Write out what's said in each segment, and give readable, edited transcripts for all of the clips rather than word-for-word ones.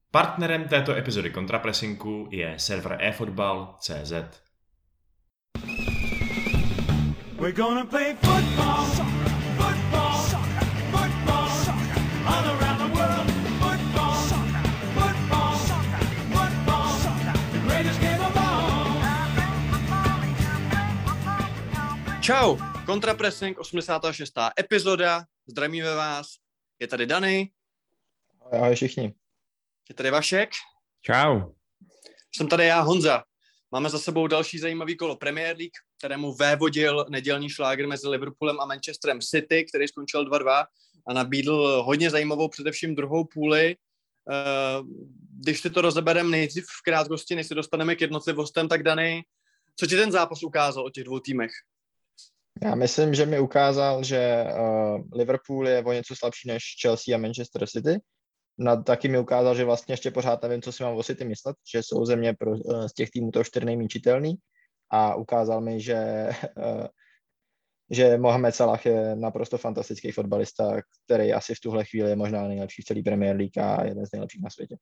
Partnerem této epizody Kontrapresinku je server eFootball.cz. We're gonna play football, football, football, all around the world. Football, football, football, the greatest game of all. Čau, Kontrapressing, 86. epizoda, zdravíme vás, je tady Dany. Ahoj všichni. Je tady Vašek. Čau. Jsem tady já, Honza. Máme za sebou další zajímavý kolo Premier League, kterému vévodil nedělní šlágr mezi Liverpoolem a Manchesterem City, který skončil 2-2 a nabídl hodně zajímavou především druhou půli. Když si to rozebereme nejdřív v krátkosti, než se dostaneme k jednotlivostem, tak Dany, co ti ten zápas ukázal o těch dvou týmech? Já myslím, že mi ukázal, že Liverpool je o něco slabší než Chelsea a Manchester City. Taky mi ukázal, že vlastně ještě pořád nevím, co si mám o City myslet, že jsou ze mě z těch týmů to 4 nejméně a ukázal mi, že Mohamed Salah je naprosto fantastický fotbalista, který asi v tuhle chvíli je možná nejlepší v celé Premier League a jeden z nejlepších na světě.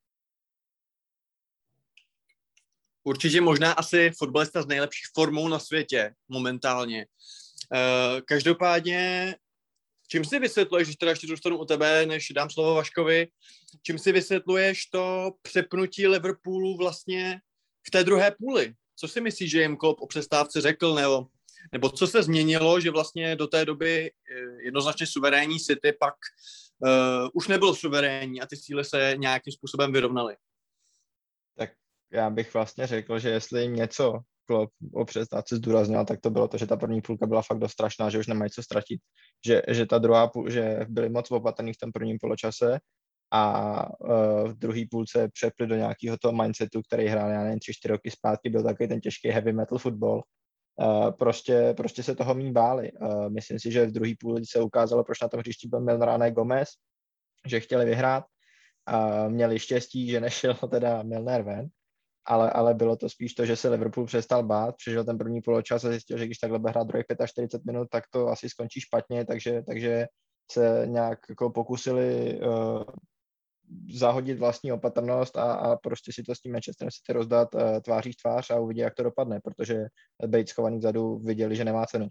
Určitě možná asi fotbalista s nejlepší formou na světě momentálně. Každopádně, čím si vysvětluješ, když teda ještě zůstanu u tebe, než dám slovo Vaškovi, čím si vysvětluješ to přepnutí Liverpoolu vlastně v té druhé půli? Co si myslíš, že jim Klopp o přestávce řekl, nebo co se změnilo, že vlastně do té doby jednoznačně suverénní City pak už nebylo suverénní a ty síly se nějakým způsobem vyrovnaly? Tak já bych vlastně řekl, že jestli jim něco Klopp o přestávce zdůraznil, tak to bylo to, že ta první půlka byla fakt dost strašná, že už nemají co ztratit, že ta druhá půl, že byli moc opatrní v tom prvním poločase a v druhé půlce přepli do nějakého toho mindsetu, který hrál, já nevím, 3-4 roky zpátky, byl takový ten těžký heavy metal football. Prostě se toho méně báli. Myslím si, že v druhé půli se ukázalo, proč na tom hřišti byl Milner a ne Gomez, že chtěli vyhrát. Měli štěstí, že nešel teda Milner ven, ale bylo to spíš to, že se Liverpool přestal bát, přežil ten první poločas a zjistil, že když takhle bude hrát druhých 45 minut, tak to asi skončí špatně, takže se nějak jako pokusili zahodit vlastní opatrnost a prostě si to s tím Manchesterem City rozdat tváří v tvář a uvidí, jak to dopadne, protože být schovaný vzadu viděli, že nemá cenu.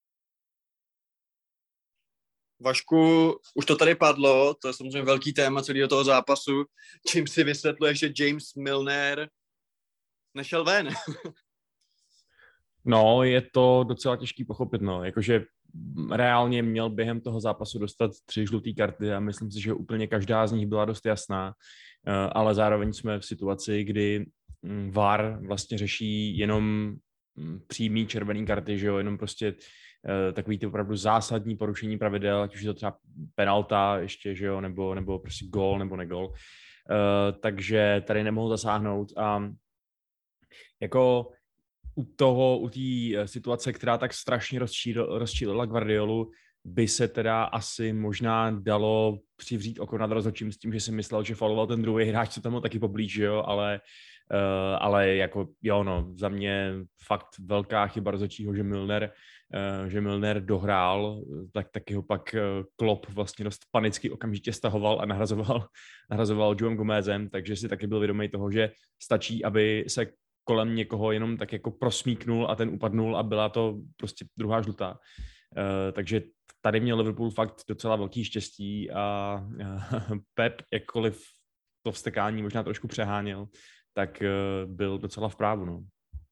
Vašku, už to tady padlo, to je samozřejmě velký téma celého toho zápasu. Čím si vysvětluje, že James Milner nešel ven? No, je to docela těžký pochopit, no. Jakože reálně měl během toho zápasu dostat 3 žluté karty a myslím si, že úplně každá z nich byla dost jasná, ale zároveň jsme v situaci, kdy VAR vlastně řeší jenom přímý červený karty, že jo, jenom prostě takový ty opravdu zásadní porušení pravidel, ať už je to třeba penalta ještě, že jo, nebo prostě gól nebo negól. Takže tady nemohou zasáhnout a jako u té situace, která tak strašně rozčílila Guardiolu, by se teda asi možná dalo přivřít oko nad rozhodčím s tím, že si myslel, že fauloval ten druhý hráč, co tam byl taky poblíž, jo, ale jako jo, no, za mě fakt velká chyba rozhodčího, že Milner dohrál, tak ho pak Klopp vlastně dost panicky okamžitě stahoval a nahrazoval Joem Gomezem, takže si taky byl vědomý toho, že stačí, aby se kolem někoho jenom tak jako prosmíknul a ten upadnul a byla to prostě druhá žlutá. Takže tady měl Liverpool fakt docela velký štěstí a Pep, jakkoliv to vztekání možná trošku přeháněl, tak byl docela v právu, no.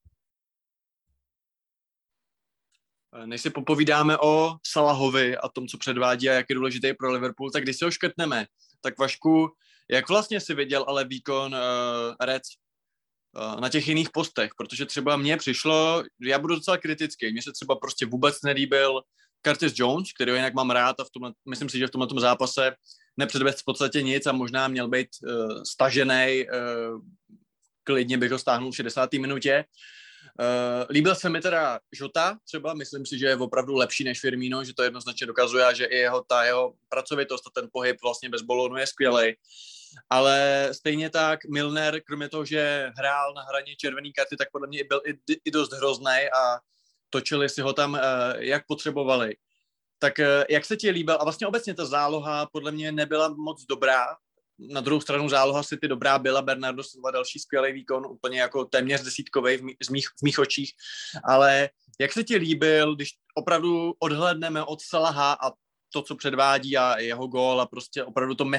Než si popovídáme o Salahovi a tom, co předvádí a jak je důležitý pro Liverpool, tak když si ho škrtneme, tak Vašku, jak vlastně si viděl ale výkon Reds na těch jiných postech, protože třeba mně přišlo, já budu docela kritický, mně se třeba prostě vůbec nelíbil Curtis Jones, kterého jinak mám rád a myslím si, že v tomto zápase nepředvedl v podstatě nic a možná měl být stažený, klidně bych ho stáhnul v 60. minutě. Líbil se mi teda Jota třeba, myslím si, že je opravdu lepší než Firmino, že to jednoznačně dokazuje a že i jeho pracovitost a ten pohyb vlastně bez balónu je skvělej. Ale stejně tak Milner, kromě toho, že hrál na hraně červené karty, tak podle mě byl i dost hroznej a točili si ho tam, jak potřebovali. Tak jak se ti líbil? A vlastně obecně ta záloha podle mě nebyla moc dobrá. na druhou stranu záloha City dobrá byla, Bernardo Silva další skvělý výkon, úplně jako téměř desítkovej v mých očích, ale jak se ti líbil, když opravdu odhlédneme od Salaha a to, co předvádí a jeho gól a prostě opravdu to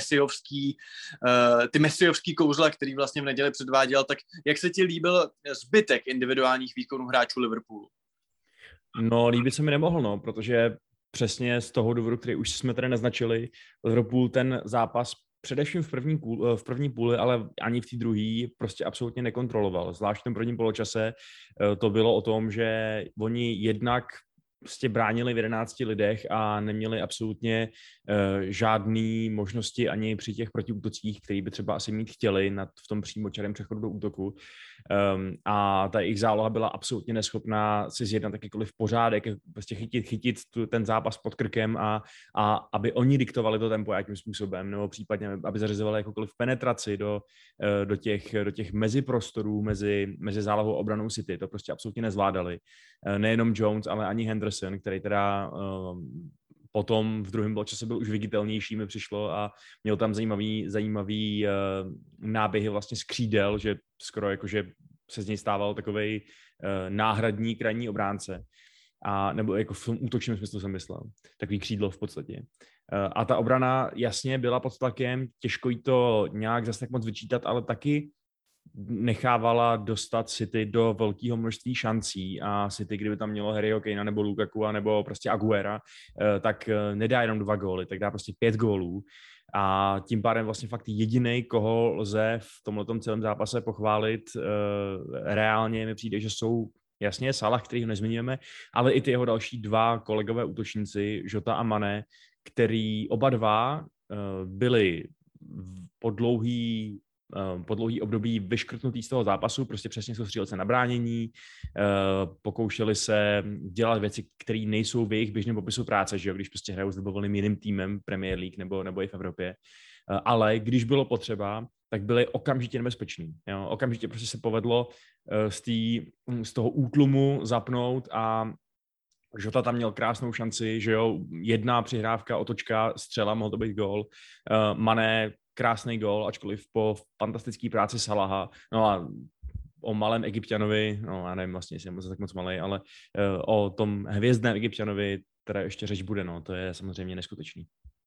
ty mesijovský kouzla, který vlastně v neděli předváděl, tak jak se ti líbil zbytek individuálních výkonů hráčů Liverpoolu? No, líbit se mi nemohl, no, protože přesně z toho důvodu, který už jsme tady naznačili, Liverpool ten zápas především v první půli, ale ani v té druhé prostě absolutně nekontroloval. Zvlášť v tom prvním poločase to bylo o tom, že oni jednak prostě bránili v 11 lidech a neměli absolutně žádné možnosti ani při těch protiútocích, který by třeba asi mít chtěli v tom přímočarém přechodu do útoku. A ta jejich záloha byla absolutně neschopná si zjednat jakýkoliv pořádek, prostě chytit ten zápas pod krkem a aby oni diktovali to tempo jakým způsobem, nebo případně, aby zařizovali jakoukoliv penetraci do těch meziprostorů mezi zálohou a obranou City. To prostě absolutně nezvládali. Nejenom Jones, ale ani Henderson, který teda potom v druhém poločase byl už viditelnější, mi přišlo, a měl tam zajímavý náběhy vlastně z křídel, že skoro jakože se z něj stával takovej náhradní krajní obránce. Nebo jako v tom útočném smyslu jsem myslel. Takový křídlo v podstatě. A ta obrana jasně byla pod tlakem, těžko jí to nějak zase tak moc vyčítat, ale taky nechávala dostat City do velkého množství šancí a City, kdyby tam mělo Harryho Kanea nebo Lukaku nebo prostě Aguera, tak nedá jenom 2 góly, tak dá prostě 5 gólů a tím pádem vlastně fakt jedinej, koho lze v tomhletom celém zápase pochválit, reálně mi přijde, že jsou jasně Salah, kterýho nezmiňujeme, ale i ty jeho další 2 kolegové útočníci, Jota a Mané, který oba dva byli po dlouhý období vyškrtnutý z toho zápasu, prostě přesně soustředili se na bránění, pokoušeli se dělat věci, které nejsou v jejich běžném popisu práce, že jo, když prostě hrajou s libovolným jiným týmem Premier League nebo i v Evropě. Ale když bylo potřeba, tak byli okamžitě nebezpeční. Jo? Okamžitě prostě se povedlo z toho útlumu zapnout a Jota tam měl krásnou šanci, že jo, 1 přihrávka, otočka, střela, mohl to být gól. Mané krásný gól, ačkoliv po fantastické práci Salaha. No a o malém Egypťanovi, no já nevím vlastně, jestli je tak moc malý, ale o tom hvězdném Egypťanovi teda ještě řeč bude, no, to je samozřejmě neskutečný.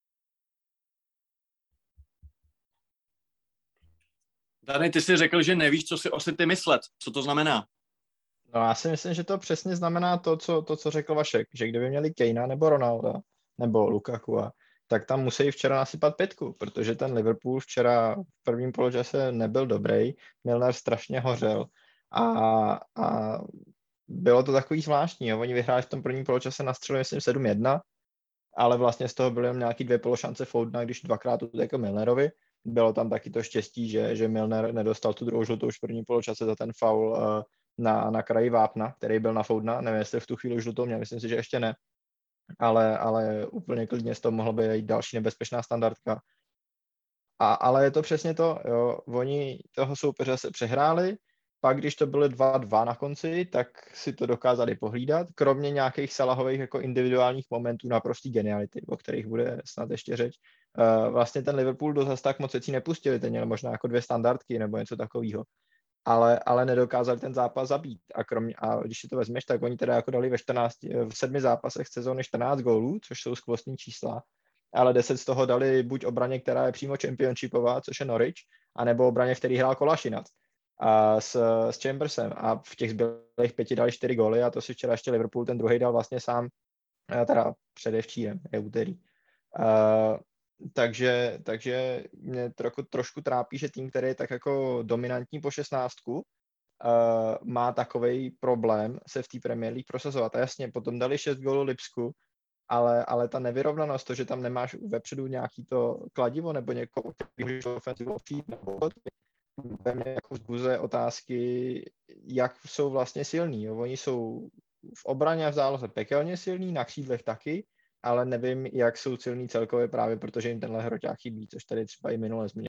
Dany, ty jsi řekl, že nevíš, co si o City myslet. Co to znamená? No já si myslím, že to přesně znamená to, co řekl Vašek, že kdyby měli Kanea nebo Ronalda nebo Lukaku, tak tam musí včera nasypat 5, protože ten Liverpool včera v prvním poločase nebyl dobrý, Milner strašně hořel a bylo to takový zvláštní. Jo. Oni vyhráli v tom prvním poločase na střelu, myslím, 7-1, ale vlastně z toho byly jen nějaký 2 pološance Foudna, když 2krát utekl Milnerovi. Bylo tam taky to štěstí, že Milner nedostal tu druhou žlutou už v prvním poločase za ten faul na kraji vápna, který byl na Foudna. Nevím, jestli v tu chvíli žlutou měl, myslím si, že ještě ne. Ale úplně klidně z toho mohlo být další nebezpečná standardka. Ale je to přesně to, jo, oni toho soupeře se přehráli, pak když to byly 2-2 na konci, tak si to dokázali pohlídat, kromě nějakých Salahových jako individuálních momentů naprostý geniality, o kterých bude snad ještě řeč. Vlastně ten Liverpool do zase tak moc věcí nepustili, ten měl možná jako 2 standardky nebo něco takového. Ale nedokázali ten zápas zabít. A když si to vezmeš, tak oni teda jako dali v 7 zápasech sezóny 14 gólů, což jsou skvostní čísla, ale 10 z toho dali buď obraně, která je přímo championshipová, což je Norwich, anebo obraně, v který hrál Kolasinac s Chambersem. A v těch zbylých 5 dali 4 góly a to si včera ještě Liverpool, ten druhý dal vlastně sám, teda předevčírem, je úterý. Takže mě trošku trápí, že tým, který je tak jako dominantní po 16, má takovej problém se v té Premier League prosazovat. A jasně, potom dali 6 gólů Lipsku, ale ta nevyrovnanost, to, že tam nemáš vepředu nějaký to kladivo nebo někoho, který můžeš ofenzivu opřít, nebo ve mně jako vzbuzuje otázky, jak jsou vlastně silní. Jo. Oni jsou v obraně a v záloze pekelně silní, na křídlech taky, ale nevím, jak jsou silní celkově právě, protože jim tenhle hroťák chybí, což tady třeba i minule zmínil.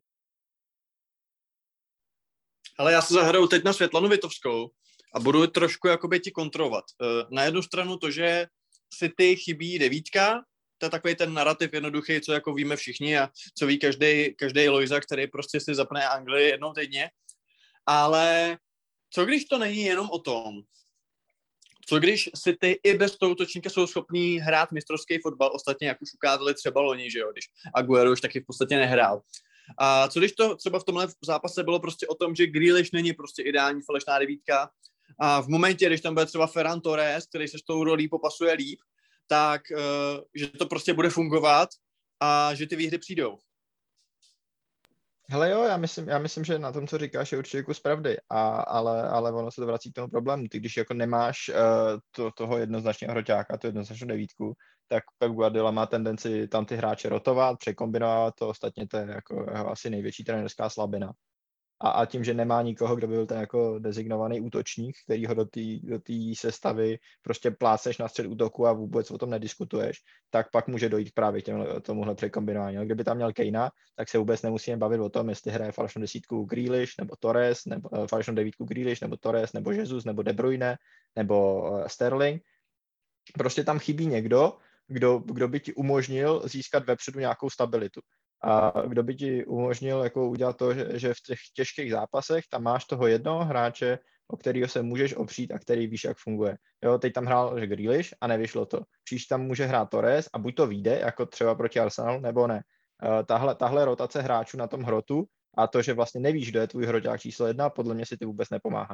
Ale já se zahraju teď na Světlanu Vitovskou a budu trošku jakoby ti kontrolovat. Na jednu stranu to, že City chybí 9, to je takový ten narrativ jednoduchý, co jako víme všichni a co ví každý Lojza, který prostě si zapne Anglii jednou týdně. Ale co když to není jenom o tom? Co když si ty i bez toho útočníka jsou schopní hrát mistrovský fotbal, ostatně jak už ukázali třeba loni, že jo, když Aguero už taky v podstatě nehrál. A co když to třeba v tomhle zápase bylo prostě o tom, že Grealish není prostě ideální falešná devítka a v momentě, když tam bude třeba Ferran Torres, který se s tou rolí popasuje líp, tak že to prostě bude fungovat a že ty výhry přijdou. Hele jo, já myslím, že na tom, co říkáš, je určitě kus pravdy, ale ono se to vrací k tomu problému. Ty, když jako nemáš toho jednoznačného hroťáka, tu jednoznačnou devítku, tak Pep Guardiola má tendenci tam ty hráče rotovat, překombinovat to, ostatně to je jako jeho asi největší trenérská slabina. A tím, že nemá nikoho, kdo by byl ten jako designovaný útočník, který ho do té sestavy prostě pláceš na střed útoku a vůbec o tom nediskutuješ, tak pak může dojít právě k tomuhle překombinování. Kdyby tam měl Kanea, tak se vůbec nemusíme bavit o tom, jestli hraje falešnou desítku Grealish, nebo Torres, nebo falešnou devítku Grealish, nebo Torres, nebo Jesus, nebo De Bruyne, nebo Sterling. Prostě tam chybí někdo, kdo by ti umožnil získat vepředu nějakou stabilitu. A kdo by ti umožnil jako udělat to, že v těch těžkých zápasech tam máš toho jednoho hráče, o kterého se můžeš opřít a který víš, jak funguje. Jo, teď tam hrál Grealish a nevyšlo to. Příště tam může hrát Torres a buď to vyjde, jako třeba proti Arsenalu, nebo ne. Tahle rotace hráčů na tom hrotu a to, že vlastně nevíš, kdo je tvůj hroťák číslo 1, podle mě si ty vůbec nepomáhá.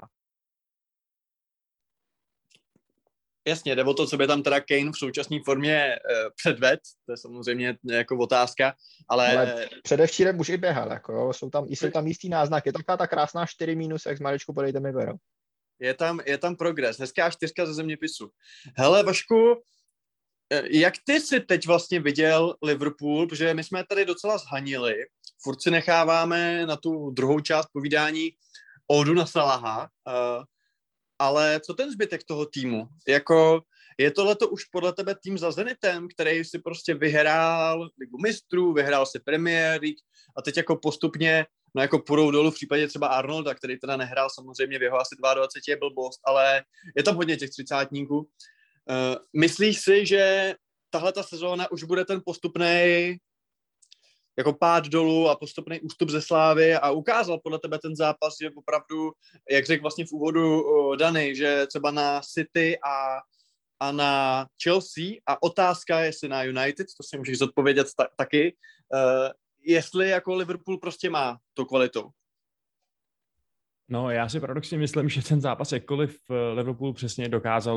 Jasně, jde o to, co by tam teda Kane v současné formě předved, to je samozřejmě jako otázka, ale předevčírem už i běhal, jako jo. Jsou tam jistý náznak, je taková ta krásná 4-, jak z Marečku podejte mi Vero. Je tam progres, hezká 4 ze zeměpisu. Hele, Vašku, jak ty jsi teď vlastně viděl Liverpool, protože my jsme tady docela zhanili, furt si necháváme na tu druhou část povídání ódu na Salaha, ale co ten zbytek toho týmu? Jako, je tohleto už podle tebe tým za Zenitem, který si prostě vyhrál Ligu mistrů, vyhrál si Premier League a teď jako postupně, no jako půjdou dolů v případě třeba Arnolda, který teda nehrál samozřejmě v jeho asi 22 je blbost, ale je tam hodně těch 30. Myslíš si, že tahle ta sezóna už bude ten postupný jako pád dolů a postupný ústup ze slávy a ukázal podle tebe ten zápas, že opravdu, jak řekl vlastně v úvodu Dany, že třeba na City a na Chelsea a otázka, jestli na United, to si můžeš zodpovědět taky, jestli jako Liverpool prostě má tu kvalitu. No, já si paradoxně myslím, že ten zápas jakkoliv Liverpool přesně dokázal,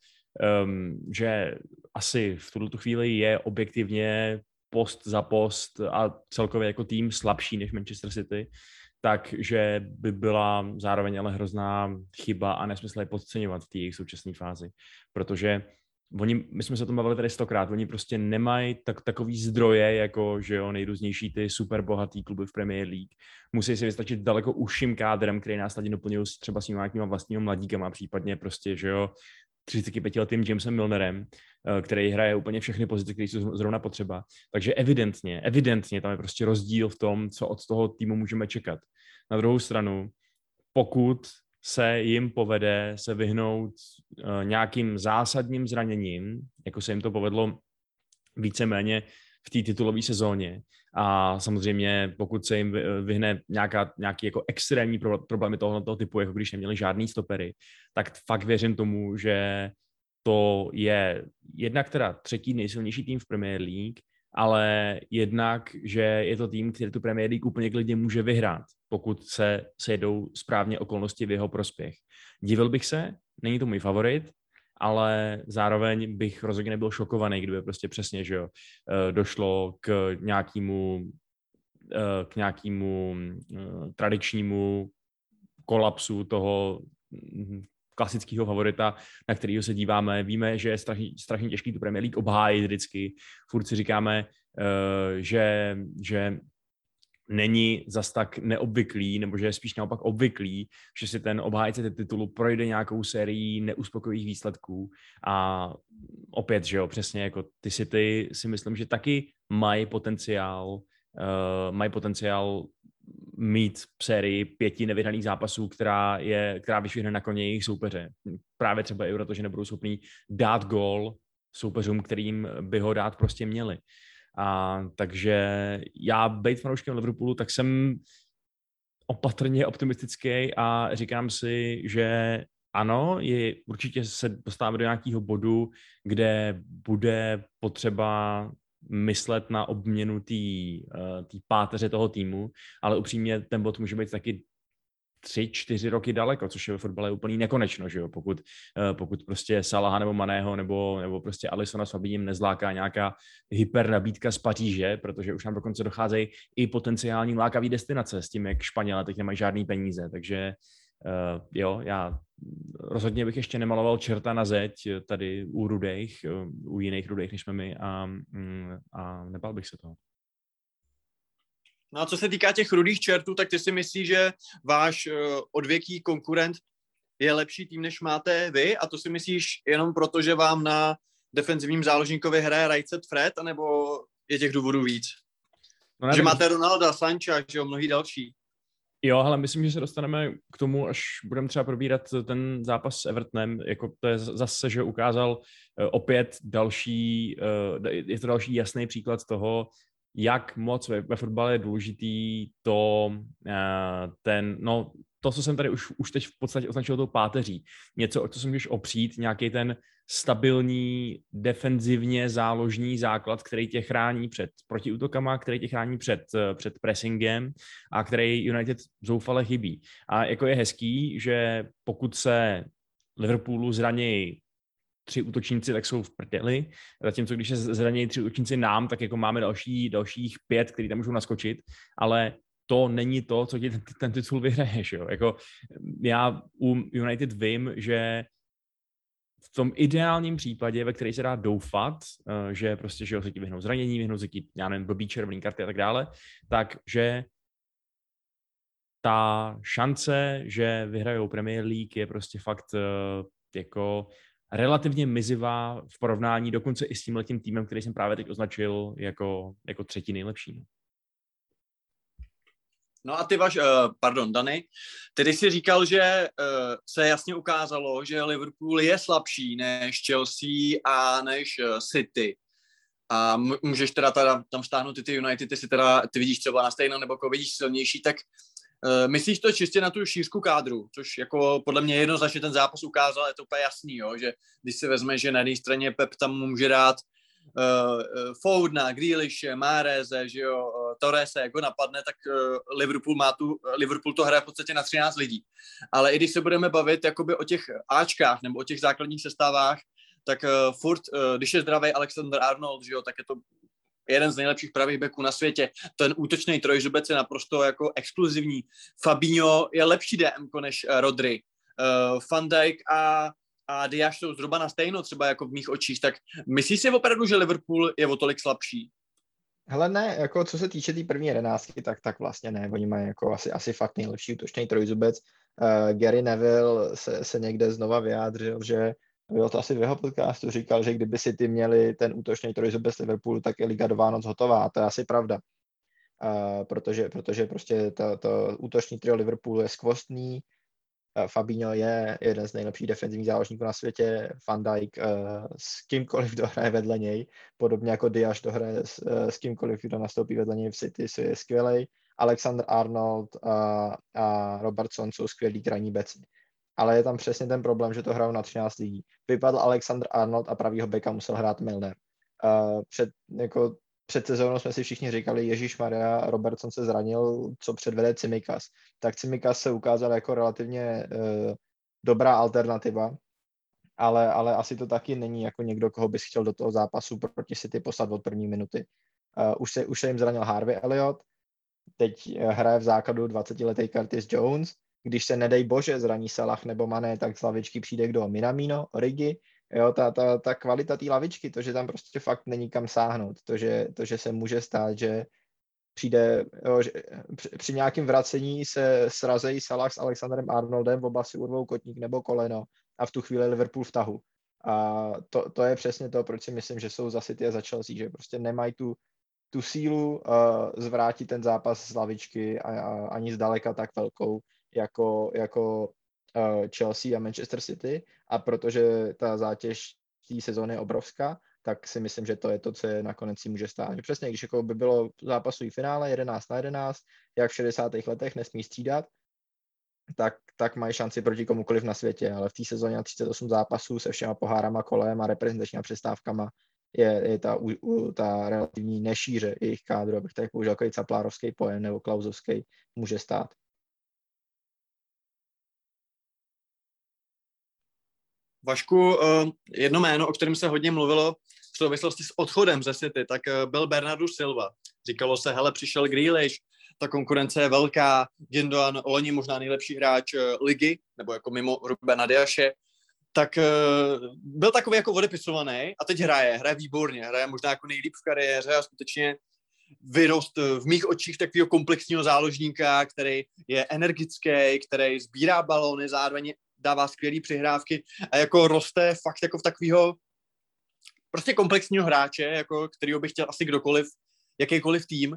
že asi v tuto chvíli je objektivně post za post a celkově jako tým slabší než Manchester City, takže by byla zároveň ale hrozná chyba a nesmysl je podceňovat v té jejich současné fázi, protože my jsme se o tom bavili tady 100krát, oni prostě nemají takový zdroje, jako že jo, nejrůznější ty super bohatý kluby v Premier League. Musí si vystačit daleko užším kádrem, který následně doplňují třeba s nějakýma vlastníma mladíkama, případně prostě, že jo, 35letým Jamesem Milnerem, který hraje úplně všechny pozice, které jsou zrovna potřeba. Takže evidentně tam je prostě rozdíl v tom, co od toho týmu můžeme čekat. Na druhou stranu, pokud se jim povede se vyhnout nějakým zásadním zraněním, jako se jim to povedlo víceméně v té titulové sezóně. A samozřejmě, pokud se jim vyhne nějaký jako extrémní problémy tohoto typu, jako když neměli žádný stopery, tak fakt věřím tomu, že to je jednak teda třetí nejsilnější tým v Premier League, ale jednak, že je to tým, který tu Premier League úplně klidně může vyhrát, pokud se sejdou správně okolnosti v jeho prospěch. Divil bych se, není to můj favorit, ale zároveň bych rozhodně nebyl šokovaný, kdyby prostě přesně, že jo, došlo k nějakému tradičnímu kolapsu toho klasického favorita, na kterého se díváme. Víme, že je strašně těžký tu Premier League obhájit vždycky. Furt si říkáme, že není zas tak neobvyklý, nebo že je spíš naopak obvyklý, že si ten obhájce titulu projde nějakou sérii neuspokojivých výsledků a opět, že jo, přesně jako ty City si myslím, že taky mají potenciál mít sérii 5 nevyhraných zápasů, která vyšvihne na koně jejich soupeře. Právě třeba i proto, že nebudou schopní dát gól soupeřům, kterým by ho dát prostě měli. A takže já být fanouškem Liverpoolu, tak jsem opatrně optimistický a říkám si, že ano, určitě se dostáváme do nějakého bodu, kde bude potřeba myslet na obměnu té páteře toho týmu, ale upřímně ten bod může být taky 3-4 roky daleko, což je ve fotbale úplný nekonečno, že jo? Pokud prostě Salaha nebo Maného nebo prostě Alisona s Fabíním nezláká nějaká hypernabídka z Paříže, protože už nám dokonce docházejí i potenciální lákavý destinace s tím, jak Španělé teď nemají žádný peníze, takže jo, já rozhodně bych ještě nemaloval čerta na zeď tady u rudejch, u jiných rudejch, než jsme my a nebál bych se toho. No a co se týká těch rudých čertů, tak ty si myslíš, že váš odvěký konkurent je lepší tým, než máte vy? A to si myslíš jenom proto, že vám na defenzivním záložníkovi hraje Right Fred, anebo je těch důvodů víc? No, že máte Ronalda, Sancha, že jo, mnohý další. Jo, ale myslím, že se dostaneme k tomu, až budeme třeba probírat ten zápas s Evertonem, jako to je zase, že ukázal opět je to další jasný příklad toho, jak moc ve fotbale je důležitý to, co jsem tady už teď v podstatě označil tou páteří. Něco, o co se můžeš opřít, nějaký ten stabilní, defenzivně záložní základ, který tě chrání před protiútokama, který tě chrání před pressingem a který United zoufale chybí. A jako je hezký, že pokud se Liverpoolu zranějí 3 útočníci, tak jsou v prdeli, zatímco když se zranějí 3 útočníci nám, tak jako máme dalších 5, který tam můžou naskočit, ale to není to, co ti ten titul vyhraješ. Jo? Jako já u United vím, že v tom ideálním případě, ve který se dá doufat, že prostě, že se ti vyhnou zranění, vyhnou se ti, já nevím, blbý červený karty a tak dále, takže ta šance, že vyhrajou Premier League je prostě fakt jako relativně mizivá v porovnání dokonce i s tímhletím týmem, který jsem právě teď označil jako třetí nejlepší. No a ty Dany, tedy jsi říkal, že se jasně ukázalo, že Liverpool je slabší než Chelsea a než City. A můžeš teda tam stáhnout ty United, ty vidíš třeba na stejno, nebo jako vidíš silnější, tak myslíš to čistě na tu šířku kádru, což jako podle mě jednoznačně ten zápas ukázal, je to úplně jasný, jo? Že když si vezme, že na jedné straně Pep tam může dát Foudna, Grealishe, Mahreze, že jo, Torrese, jak ho napadne, tak Liverpool to hraje v podstatě na 13 lidí. Ale i když se budeme bavit jakoby o těch Ačkách nebo o těch základních sestavách, tak furt, když je zdravý Alexander Arnold, že jo, tak je to jeden z nejlepších pravých beků na světě. Ten útočný trojzubec je naprosto jako exkluzivní. Fabinho je lepší DM než Rodri. Van Dijk a Diaz jsou zhruba na stejno, třeba jako v mých očích. Tak myslíš si opravdu, že Liverpool je o tolik slabší? Hele ne, jako co se týče té první 11, tak vlastně ne. Oni mají jako asi fakt nejlepší útočný trojzubec. Gary Neville se někde znova vyjádřil, že bylo to asi v jeho podcastu, říkal, že kdyby si ty měli ten útočný trojzubec Liverpoolu, tak je Liga do Vánoc hotová. A to je asi pravda. Protože prostě to útoční trio Liverpoolu je skvostný. Fabinho je jeden z nejlepších defenzivních záložníků na světě, Van Dijk s kýmkoliv, kdo hraje vedle něj, podobně jako Diaz dohraje s kýmkoliv, kdo nastoupí vedle něj v City, je skvělej. Alexander Arnold a Robertson jsou skvělí krajní beci. Ale je tam přesně ten problém, že to hrajou na 13 lidí. Vypadl Alexander Arnold a pravýho beka musel hrát Milner. Před sezónou jsme si všichni říkali, ježišmarja, Robertson se zranil, co předvede Tsimikas. Tak Tsimikas se ukázal jako relativně dobrá alternativa, ale asi to taky není jako někdo, koho bys chtěl do toho zápasu proti City poslat od první minuty. Už se jim zranil Harvey Elliott, teď hraje v základu 20-letý Curtis Jones. Když se nedej bože zraní Salah nebo Mané, tak z lavičky přijde kdo? Minamino, Origi. Jo, ta kvalita té lavičky, to, že tam prostě fakt není kam sáhnout, to, že se může stát, že přijde, jo, že při nějakém vracení se srazejí Salah s Alexandrem Arnoldem, oba si urvou kotník nebo koleno a v tu chvíli Liverpool v tahu. A to je přesně to, proč si myslím, že jsou za City a za Chelsea, že prostě nemají tu sílu zvrátit ten zápas z lavičky a ani zdaleka tak velkou, jako Chelsea a Manchester City, a protože ta zátěž té sezóny je obrovská, tak si myslím, že to je to, co je nakonec si může stát. Že přesně, když jako by bylo zápasový finále 11-11, jak v 60. letech nesmí střídat, tak mají šanci proti komukoliv na světě, ale v té sezóně na 38 zápasů se všema pohárama kolem a reprezentačníma přestávkama je ta relativní nešíře jejich kádru, abych tak použil takový caplárovský pojem nebo klauzovský, může stát. Vašku, jedno jméno, o kterém se hodně mluvilo v souvislosti s odchodem ze City, tak byl Bernardo Silva. Říkalo se, hele, přišel Grealish, ta konkurence je velká, Gundogan, loni možná nejlepší hráč ligy, nebo jako mimo Rubena Diashe, tak byl takový jako odepisovaný a teď hraje výborně, hraje možná jako nejlíp v kariéře a skutečně vyrost v mých očích takového komplexního záložníka, který je energický, který sbírá balony, zároveň dává skvělý přihrávky a jako roste fakt jako v takového prostě komplexního hráče, jako kterýho by chtěl asi kdokoliv, jakýkoliv tým.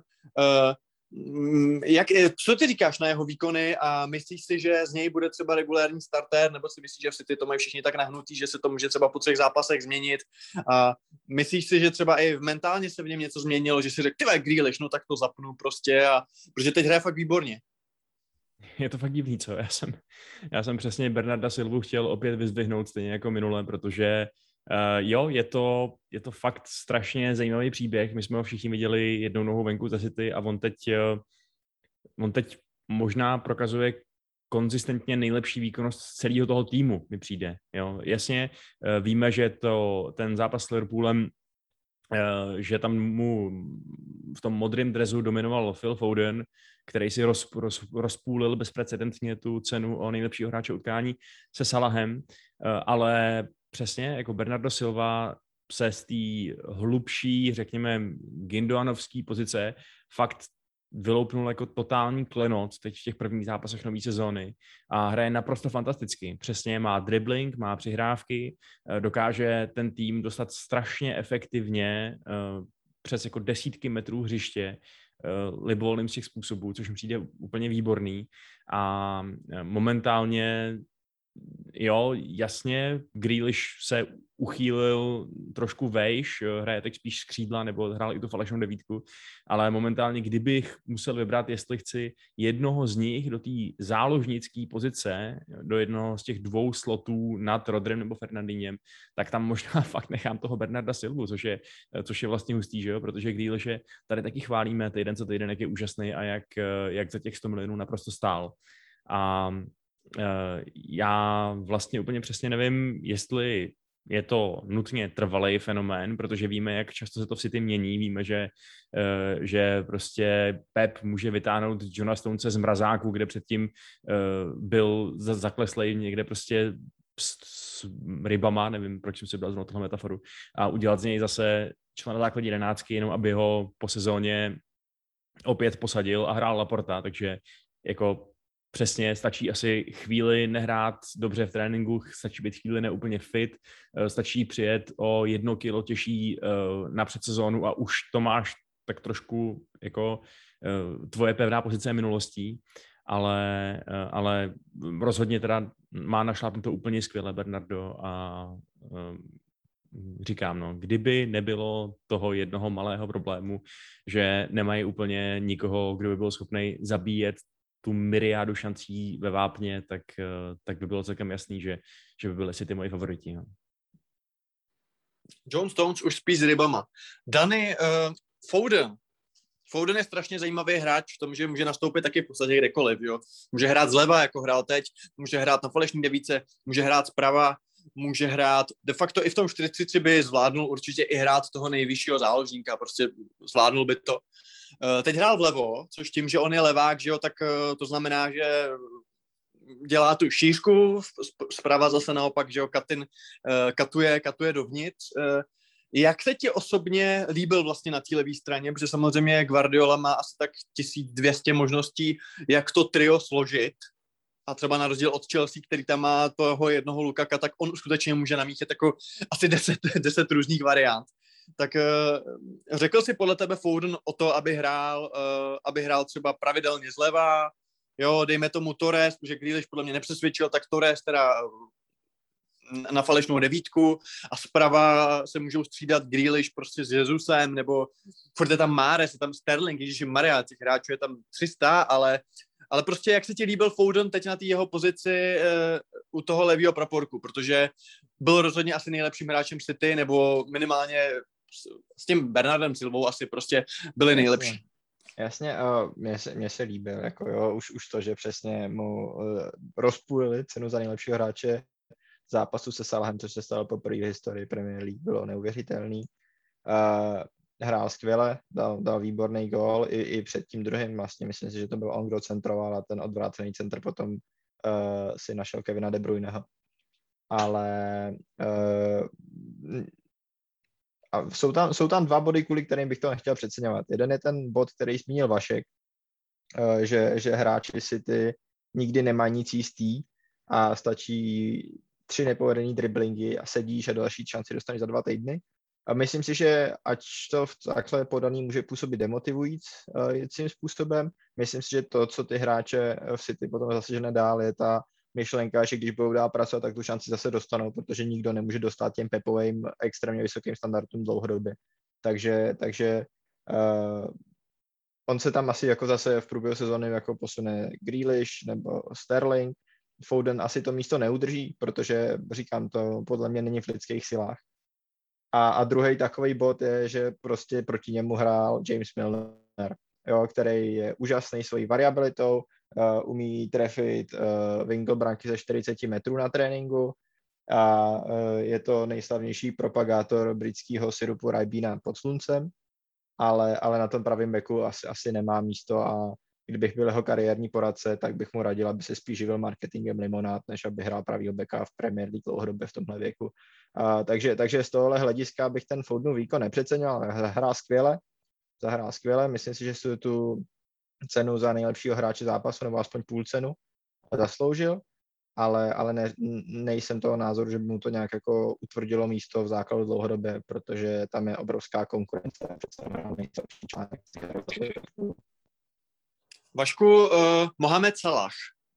Co ty říkáš na jeho výkony a myslíš si, že z něj bude třeba regulární starter, nebo si myslíš, že v City to mají všichni tak nahnutý, že se to může třeba po 3 zápasech změnit a myslíš si, že třeba i mentálně se v něm něco změnilo, že si řekl, tyhle Grealish, no tak to zapnu prostě a protože teď hraje fakt výborně. Je to fakt divný, co? Já jsem přesně Bernarda Silvu chtěl opět vyzdvihnout stejně jako minule, protože jo, je to fakt strašně zajímavý příběh. My jsme ho všichni viděli jednou nohou venku ze City a on teď možná prokazuje konzistentně nejlepší výkonnost z celého toho týmu, mi přijde. Jo. Jasně, víme, že ten zápas s Liverpoolem, že tam mu v tom modrém dresu dominoval Phil Foden, který si rozpůlil bezprecedentně tu cenu o nejlepšího hráče utkání se Salahem, ale přesně jako Bernardo Silva se z té hlubší, řekněme, Gundoganovské pozice fakt vyloupnul jako totální klenot teď v těch prvních zápasech nové sezóny a hraje naprosto fantasticky. Přesně má dribbling, má přihrávky, dokáže ten tým dostat strašně efektivně přes jako desítky metrů hřiště libovolným z těch způsobů, což mi přijde úplně výborný a momentálně jo, jasně, Grealish se uchýlil trošku vejš, hraje teď spíš z křídla, nebo hrál i tu falešnou devítku, ale momentálně, kdybych musel vybrat, jestli chci jednoho z nich do té záložnické pozice, do jednoho z těch 2 slotů nad Rodrem nebo Fernandinhem, tak tam možná fakt nechám toho Bernarda Silvu, což je vlastně hustý, že jo? Protože Grealishe tady taky chválíme týden co týden, jak je úžasný a jak za těch 100 milionů naprosto stál. A já vlastně úplně přesně nevím, jestli je to nutně trvalý fenomén, protože víme, jak často se to v City mění. Víme, že prostě Pep může vytáhnout Johna Stonese z mrazáku, kde předtím byl zakleslej někde prostě s rybama, nevím, proč jsem si dal znovu tohle metaforu, a udělat z něj zase člena základní 11, jenom aby ho po sezóně opět posadil a hrál Laporta, takže jako přesně, stačí asi chvíli nehrát dobře v tréninku, stačí být chvíli neúplně fit, stačí přijet o 1 kilo těžší na předsezónu a už to máš tak trošku jako tvoje pevná pozice minulostí, ale rozhodně teda má našlápnuto úplně skvěle Bernardo a říkám, no, kdyby nebylo toho jednoho malého problému, že nemají úplně nikoho, kdo by byl schopný zabíjet tu myriádu šancí ve vápně, tak by bylo celkem jasný, že by byly si ty moji favoriti. No. John Stones už spí s rybama. Danny, Foden je strašně zajímavý hráč v tom, že může nastoupit taky v podstatě kdekoliv. Jo? Může hrát zleva, jako hrál teď, může hrát na falešní devíce, může hrát zprava, může hrát, de facto i v tom 4-3 by zvládnul určitě i hrát toho nejvyššího záložníka, prostě zvládnul by to. Teď hrál vlevo, což tím, že on je levák, že jo, tak to znamená, že dělá tu šířku, zprava zase naopak, že jo, katuje dovnitř. Jak se ti osobně líbil vlastně na té levé straně, protože samozřejmě Guardiola má asi tak 1200 možností, jak to trio složit, a třeba na rozdíl od Chelsea, který tam má toho jednoho Lukaka, tak on skutečně může namíchat jako asi 10 různých variant. Tak řekl si podle tebe Foden o to, aby hrál třeba pravidelně zleva, jo, dejme tomu Torres, protože Grealish podle mě nepřesvědčil, tak Torres teda na falešnou devítku a zprava se můžou střídat Grealish prostě s Jesusem, nebo furt je tam Mahrez, je tam Sterling, ježišmarja, těch hráčů je tam 300, ale prostě jak se ti líbil Foden teď na té jeho pozici u toho levýho praporku, protože byl rozhodně asi nejlepším hráčem City, nebo minimálně s tím Bernardem Silvou asi prostě byli nejlepší. Jasně, mně se líbil, jako jo, už to, že přesně mu rozpůlili cenu za nejlepšího hráče zápasu se Salahem, což se stalo poprvé v historii Premier League, bylo neuvěřitelný. Hrál skvěle, dal výborný gól, i před tím druhým, vlastně myslím si, že to byl on, kdo centroval a ten odvrácený centr potom si našel Kevina De Bruyneho. Ale a jsou tam dva body, kvůli kterým bych to nechtěl přeceňovat. Jeden je ten bod, který zmínil Vašek, že hráči City nikdy nemají nic jistý a stačí 3 nepovedený driblingy a sedíš a další šanci dostaneš za 2 týdny. A myslím si, že ať to takhle podaný může působit demotivujícím způsobem, myslím si, že to, co ty hráče v City potom zasežené dál, je ta myšlenka, že když budou dál pracovat, tak tu šanci zase dostanou, protože nikdo nemůže dostat těm Pepovým extrémně vysokým standardům dlouhodobě. Takže on se tam asi jako zase v průběhu sezóny jako posune Grealish nebo Sterling. Foden asi to místo neudrží, protože říkám, to podle mě není v lidských silách. A druhý takový bod je, že prostě proti němu hrál James Milner, jo, který je úžasný svojí variabilitou, umí trefit winglebranky ze 40 metrů na tréninku a je to nejslavnější propagátor britského sirupu Ribena pod sluncem, ale na tom pravém beku asi nemá místo a kdybych byl jeho kariérní poradce, tak bych mu radil, aby se spíš živil marketingem limonád, než aby hrál pravýho beka v Premier League dlouhodobě v tomhle věku. Takže z tohohle hlediska bych ten Fodenův výkon nepřeceňoval. Zahrál skvěle. Myslím si, že si tu cenu za nejlepšího hráče zápasu, nebo aspoň půl cenu zasloužil, ale nejsem toho názoru, že by mu to nějak jako utvrdilo místo v základu dlouhodobě, protože tam je obrovská konkurence. Vašku, Mohamed Salah.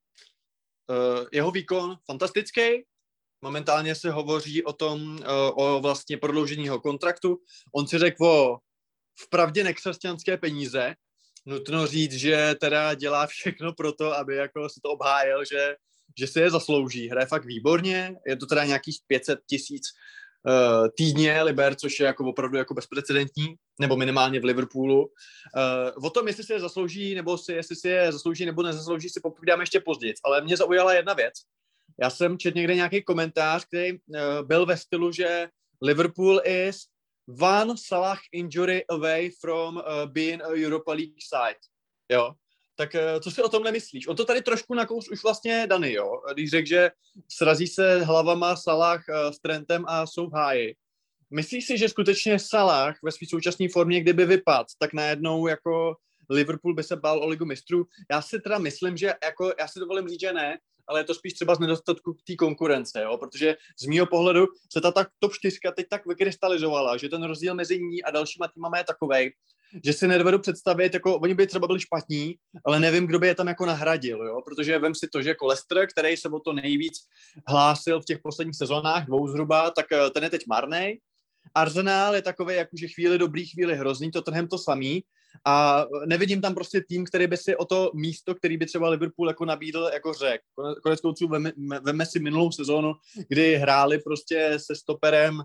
Jeho výkon fantastický. Momentálně se hovoří o vlastně prodloužení jeho kontraktu. On si řekl o vpravdě nekřesťanské peníze. Nutno říct, že teda dělá všechno pro to, aby jako si to obhájil, že si je zaslouží. Hraje fakt výborně. Je to teda nějakých 500 000 týdně liber, což je jako opravdu jako bezprecedentní, nebo minimálně v Liverpoolu. O tom, jestli si je zaslouží, jestli si je zaslouží nebo nezaslouží, si popovídáme ještě později. Ale mě zaujala jedna věc. Já jsem četl někde nějaký komentář, který byl ve stylu, že Liverpool is one Salah injury away from being a Europa League side. Jo? Tak co si o tom nemyslíš? On to tady trošku nakous už vlastně Dany, jo? Když řekl, že srazí se hlavama Salah s Trentem a jsou v háji. Myslíš si, že skutečně Salah ve své současné formě, kdyby vypadl, tak najednou jako Liverpool by se bál o Ligu mistrů? Já si teda myslím, že jako, já si dovolím říct, že ne, ale je to spíš třeba z nedostatku té konkurence, jo? Protože z mýho pohledu se ta top 4 teď tak vykrystalizovala, že ten rozdíl mezi ní a dalšíma týmama je takovej, že si nedovedu představit, jako oni by třeba byli špatní, ale nevím, kdo by je tam jako nahradil, jo? Protože vem si to, že jako Leicester, který se o to nejvíc hlásil v těch posledních sezónách, 2 zhruba, tak ten je teď marnej. Arsenal je takový jakože chvíli dobrý, chvíli hrozný, Tottenham to samý a nevidím tam prostě tým, který by si o to místo, který by třeba Liverpool jako nabídl, jako řekl. Konec konců veme si minulou sezónu, kdy hráli prostě se stoperem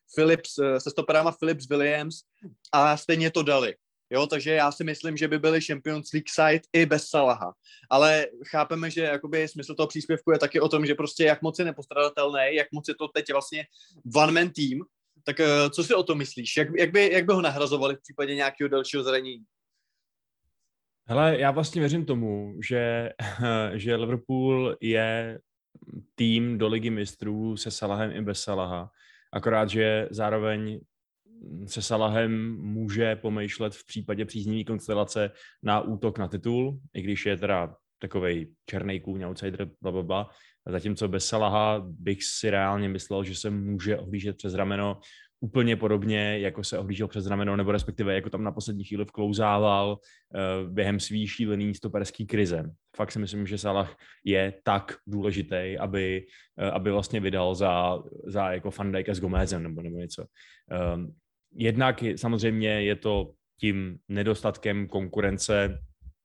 Phillips Williams a stejně to dali. Jo, takže já si myslím, že by byli Champions League side i bez Salaha. Ale chápeme, že jakoby smysl toho příspěvku je taky o tom, že prostě jak moc je nepostradatelný, jak moc je to teď vlastně one-man team. Tak co si o tom myslíš? Jak by ho nahrazovali v případě nějakého dalšího zranění? Hele, já vlastně věřím tomu, že Liverpool je tým do Ligy mistrů se Salahem i bez Salaha. Akorát, že zároveň se Salahem může pomýšlet v případě příznivý konstelace na útok na titul, i když je teda takovej černý kůň, outsider, blablabla. Zatímco bez Salaha bych si reálně myslel, že se může ohlížet přes rameno úplně podobně, jako se ohlížel přes rameno, nebo respektive jako tam na poslední chvíli vklouzával během svý šílený stoperský krize. Fakt si myslím, že Salah je tak důležitý, aby vlastně vydal za jako Van Dijka s Gomezem nebo něco. Jednak samozřejmě je to tím nedostatkem konkurence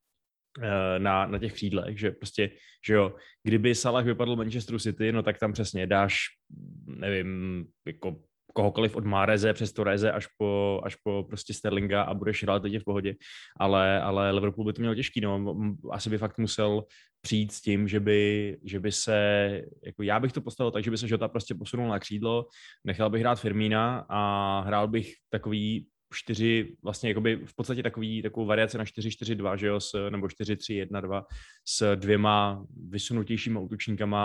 na těch křídlech, že prostě, že jo, kdyby Salah vypadl Manchesteru City, no tak tam přesně dáš, nevím, jako kohokoliv od Mahreze přes Torrese až po prostě Sterlinga a budeš relativně v pohodě, ale Liverpool by to měl těžký, no, asi by fakt musel přijít s tím, že by se, jako já bych to postavil tak, že by se Jota prostě posunul na křídlo, nechal bych hrát Firmína a hrál bych takový 4, vlastně jakoby v podstatě takovou variaci na 4-4-2, že jo, nebo 4-3-1-2 s 2 vysunutějšíma útočníkama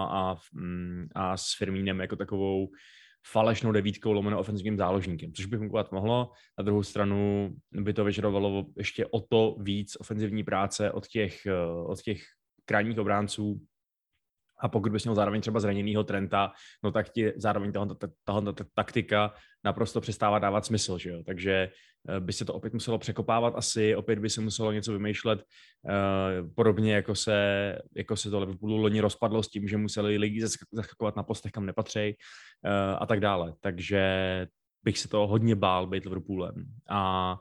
a s Firmínem jako takovou falešnou devítkou lomeno ofenzivním záložníkem, což by fungovat mohlo. Na druhou stranu by to vyžadovalo ještě o to víc ofenzivní práce od těch krajních obránců. A pokud bys měl zároveň třeba zraněnýho Trenta, no tak ti zároveň tahle taktika naprosto přestává dávat smysl, že jo? Takže by se to opět muselo překopávat asi, opět by se muselo něco vymýšlet, podobně jako se to Liverpoolu loni rozpadlo s tím, že museli lidi zaskakovat na postech, kam nepatří a tak dále. Takže bych se to hodně bál být Liverpoolem. A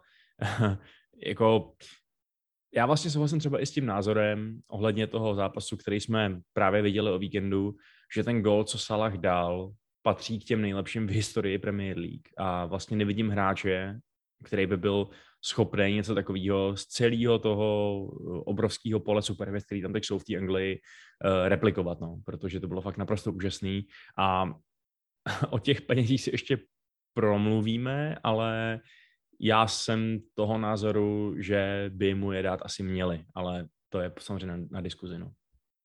jako já vlastně souhlasím třeba i s tím názorem ohledně toho zápasu, který jsme právě viděli o víkendu, že ten gól, co Salah dal, patří k těm nejlepším v historii Premier League a vlastně nevidím hráče, který by byl schopný něco takového z celého toho obrovského pole superhvězd, který tam teď jsou v té Anglii, replikovat, no, protože to bylo fakt naprosto úžasný a o těch penězích si ještě promluvíme, ale já jsem toho názoru, že by mu je dát asi měli, ale to je samozřejmě na diskuzi. No.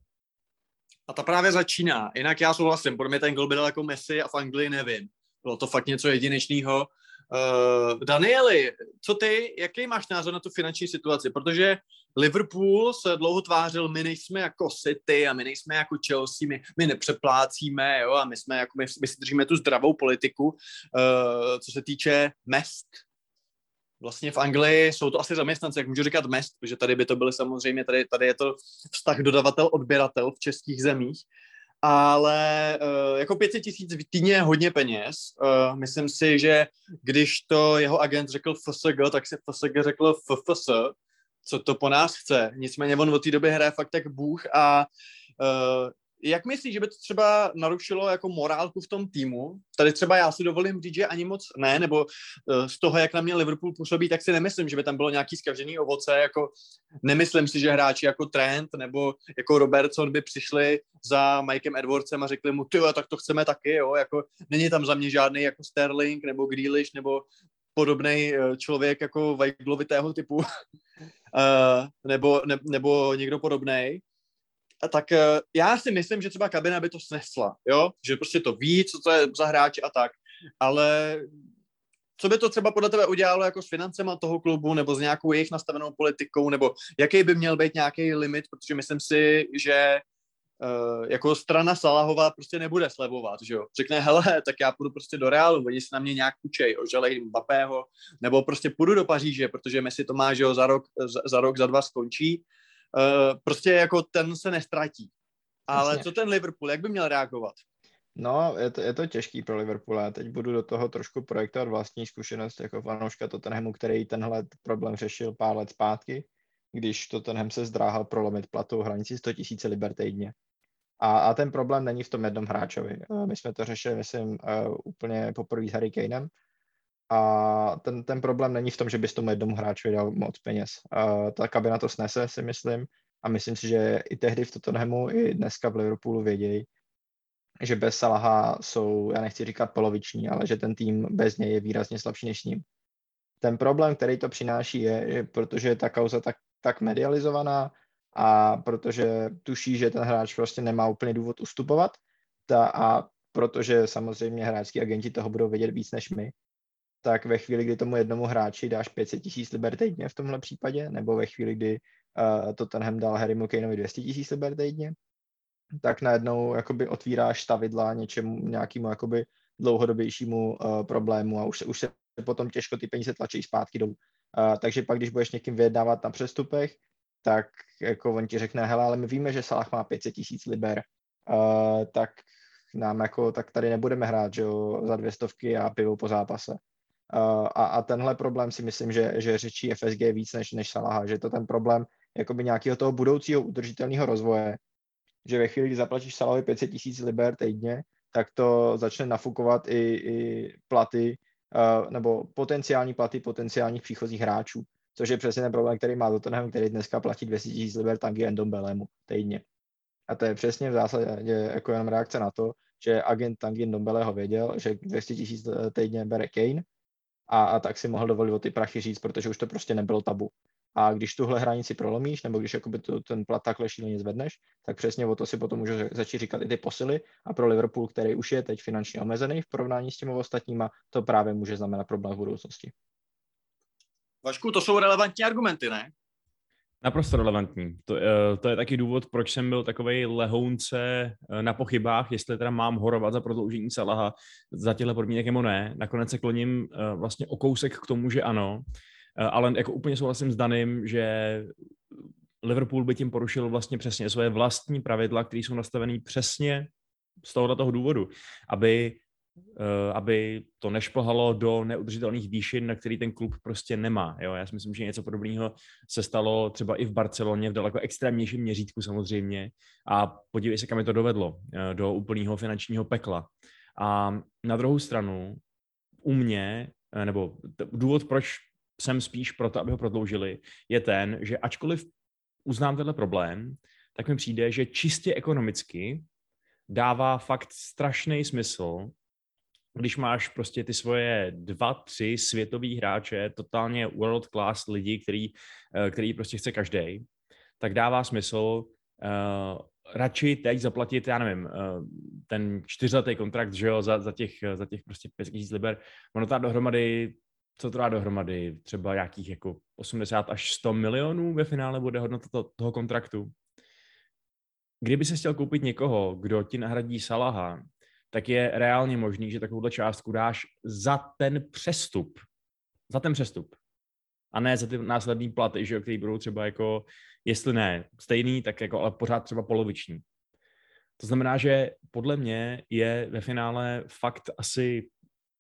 A ta právě začíná. Jinak já souhlasím, podle mě ten gol by dal jako Messi a v Anglii nevím. Bylo to fakt něco jedinečného. Danieli, co ty, jaký máš názor na tu finanční situaci? Protože Liverpool se dlouho tvářil, my nejsme jako City a my nejsme jako Chelsea, my nepřeplácíme, jo, a my si držíme tu zdravou politiku, co se týče mezd. Vlastně v Anglii jsou to asi zaměstnanci, jak můžu říkat mezd, protože tady by to byly samozřejmě, tady je to vztah dodavatel-odběratel v českých zemích, ale jako 500 000 týdně je hodně peněz. Myslím si, že když to jeho agent řekl FSG, tak si FSG řekl FFS, co to po nás chce. Nicméně on od té doby hraje fakt tak bůh a jak myslíš, že by to třeba narušilo jako morálku v tom týmu? Tady třeba já si dovolím říct, že ani moc ne, nebo z toho, jak na mě Liverpool působí, tak si nemyslím, že by tam bylo nějaký zkažený ovoce, jako nemyslím si, že hráči jako Trent nebo jako Robertson by přišli za Mikem Edwardsem a řekli mu, tyjo, tak to chceme taky, jo, jako není tam za mě žádný jako Sterling nebo Grealish nebo podobnej člověk jako Weiglovitého typu nebo někdo podobnej. A tak já si myslím, že třeba kabina by to snesla, jo? Že prostě to ví, co to je za hráče a tak, ale co by to třeba podle tebe udělalo jako s financema toho klubu nebo s nějakou jejich nastavenou politikou, nebo jaký by měl být nějaký limit, protože myslím si, že jako strana Salahová prostě nebude slevovat, že jo? Řekne, hele, tak já půjdu prostě do Realu, oni se na mě nějak kučej, oželej Mbappého, nebo prostě půjdu do Paříže, protože Messi to má, že jo, za rok, za 2 skončí. Prostě jako ten se nestratí. Ale jasně. Co ten Liverpool, jak by měl reagovat? No, je to těžký pro Liverpool. Já teď budu do toho trošku projektovat vlastní zkušenost jako fanouška Tottenhamu, který tenhle problém řešil pár let zpátky, když Tottenham se zdráhal prolomit platovou hranici 100 000 liber týdně. A ten problém není v tom jednom hráčovi. My jsme to řešili, myslím, úplně poprvé s Harry Kanem. A ten problém není v tom, že bys tomu jednomu hráčovi dal moc peněz. Ta kabina to snese, si myslím. A myslím si, že i tehdy v Tottenhamu, i dneska v Liverpoolu vědějí, že bez Salaha jsou, já nechci říkat poloviční, ale že ten tým bez něj je výrazně slabší než s ním. Ten problém, který to přináší, je, že protože je ta kauza tak medializovaná a protože tuší, že ten hráč prostě nemá úplně důvod ustupovat a protože samozřejmě hráčský agenti toho budou vědět víc než my, tak ve chvíli, kdy tomu jednomu hráči dáš 500 000 liber týdně v tomhle případě, nebo ve chvíli, kdy Tottenham dal Harrymu Kaneovi 200 000 liber týdně, tak najednou jakoby otvíráš stavidla nějakému jakoby dlouhodobějšímu problému a už se potom těžko ty peníze tlačí zpátky dolů. Takže pak, když budeš někým vyjednávat na přestupech, tak jako on ti řekne, hele, ale my víme, že Salah má 500 000 liber, tak tak tady nebudeme hrát, že jo, za 200 a pivo po zápase. A tenhle problém si myslím, že řečí FSG víc než Salaha, že je to ten problém jakoby nějakého toho budoucího udržitelného rozvoje, že ve chvíli, kdy zaplatíš Salahovi 500 000 liber týdně, tak to začne nafukovat i platy, nebo potenciální platy potenciálních příchozích hráčů, což je přesně ten problém, který má Tottenham, který dneska platí 200 000 liber Tanguy Ndombelemu týdně. A to je přesně v zásadě jako jenom reakce na to, že agent Tanguy Ndombeleho věděl, že 200 000 týdně bere Kane a tak si mohl dovolit o ty prachy říct, protože už to prostě nebylo tabu. A když tuhle hranici prolomíš, nebo když jakoby ten plat takhle šíleně zvedneš, tak přesně o to si potom můžu začít říkat i ty posily a pro Liverpool, který už je teď finančně omezený v porovnání s těmi ostatníma, to právě může znamenat problém v budoucnosti. Vašku, to jsou relevantní argumenty, ne? Naprosto relevantní. To je taky důvod, proč jsem byl takovej lehounce na pochybách, jestli teda mám horovat za prodloužení Salaha za těchto podmínek nebo ne. Nakonec se kloním vlastně o kousek k tomu, že ano, ale jako úplně souhlasím s Danem, že Liverpool by tím porušil vlastně přesně svoje vlastní pravidla, které jsou nastavené přesně z tohoto důvodu, aby to nešplhalo do neudržitelných výšin, na který ten klub prostě nemá. Jo? Já si myslím, že něco podobného se stalo třeba i v Barceloně v daleko extrémnějším měřítku samozřejmě a podívej se, kam je to dovedlo, do úplného finančního pekla. A na druhou stranu u mě, nebo důvod, proč jsem spíš proto, aby ho prodloužili, je ten, že ačkoliv uznám tenhle problém, tak mi přijde, že čistě ekonomicky dává fakt strašný smysl, když máš prostě ty svoje 2-3 světový hráče, totálně world class lidi, který prostě chce každej, tak dává smysl radši teď zaplatit, já nevím, ten 4letý kontrakt, že jo, za těch prostě 5 000 liber. Ono to dá dohromady, co to dá dohromady? Třeba nějakých jako 80 až 100 milionů ve finále bude hodnota toho kontraktu. Kdyby se chtěl koupit někoho, kdo ti nahradí Salaha, tak je reálně možný, že takovouhle částku dáš za ten přestup. Za ten přestup. A ne za ty následný platy, že, který budou třeba jako, jestli ne stejný, tak jako, ale pořád třeba poloviční. To znamená, že podle mě je ve finále fakt asi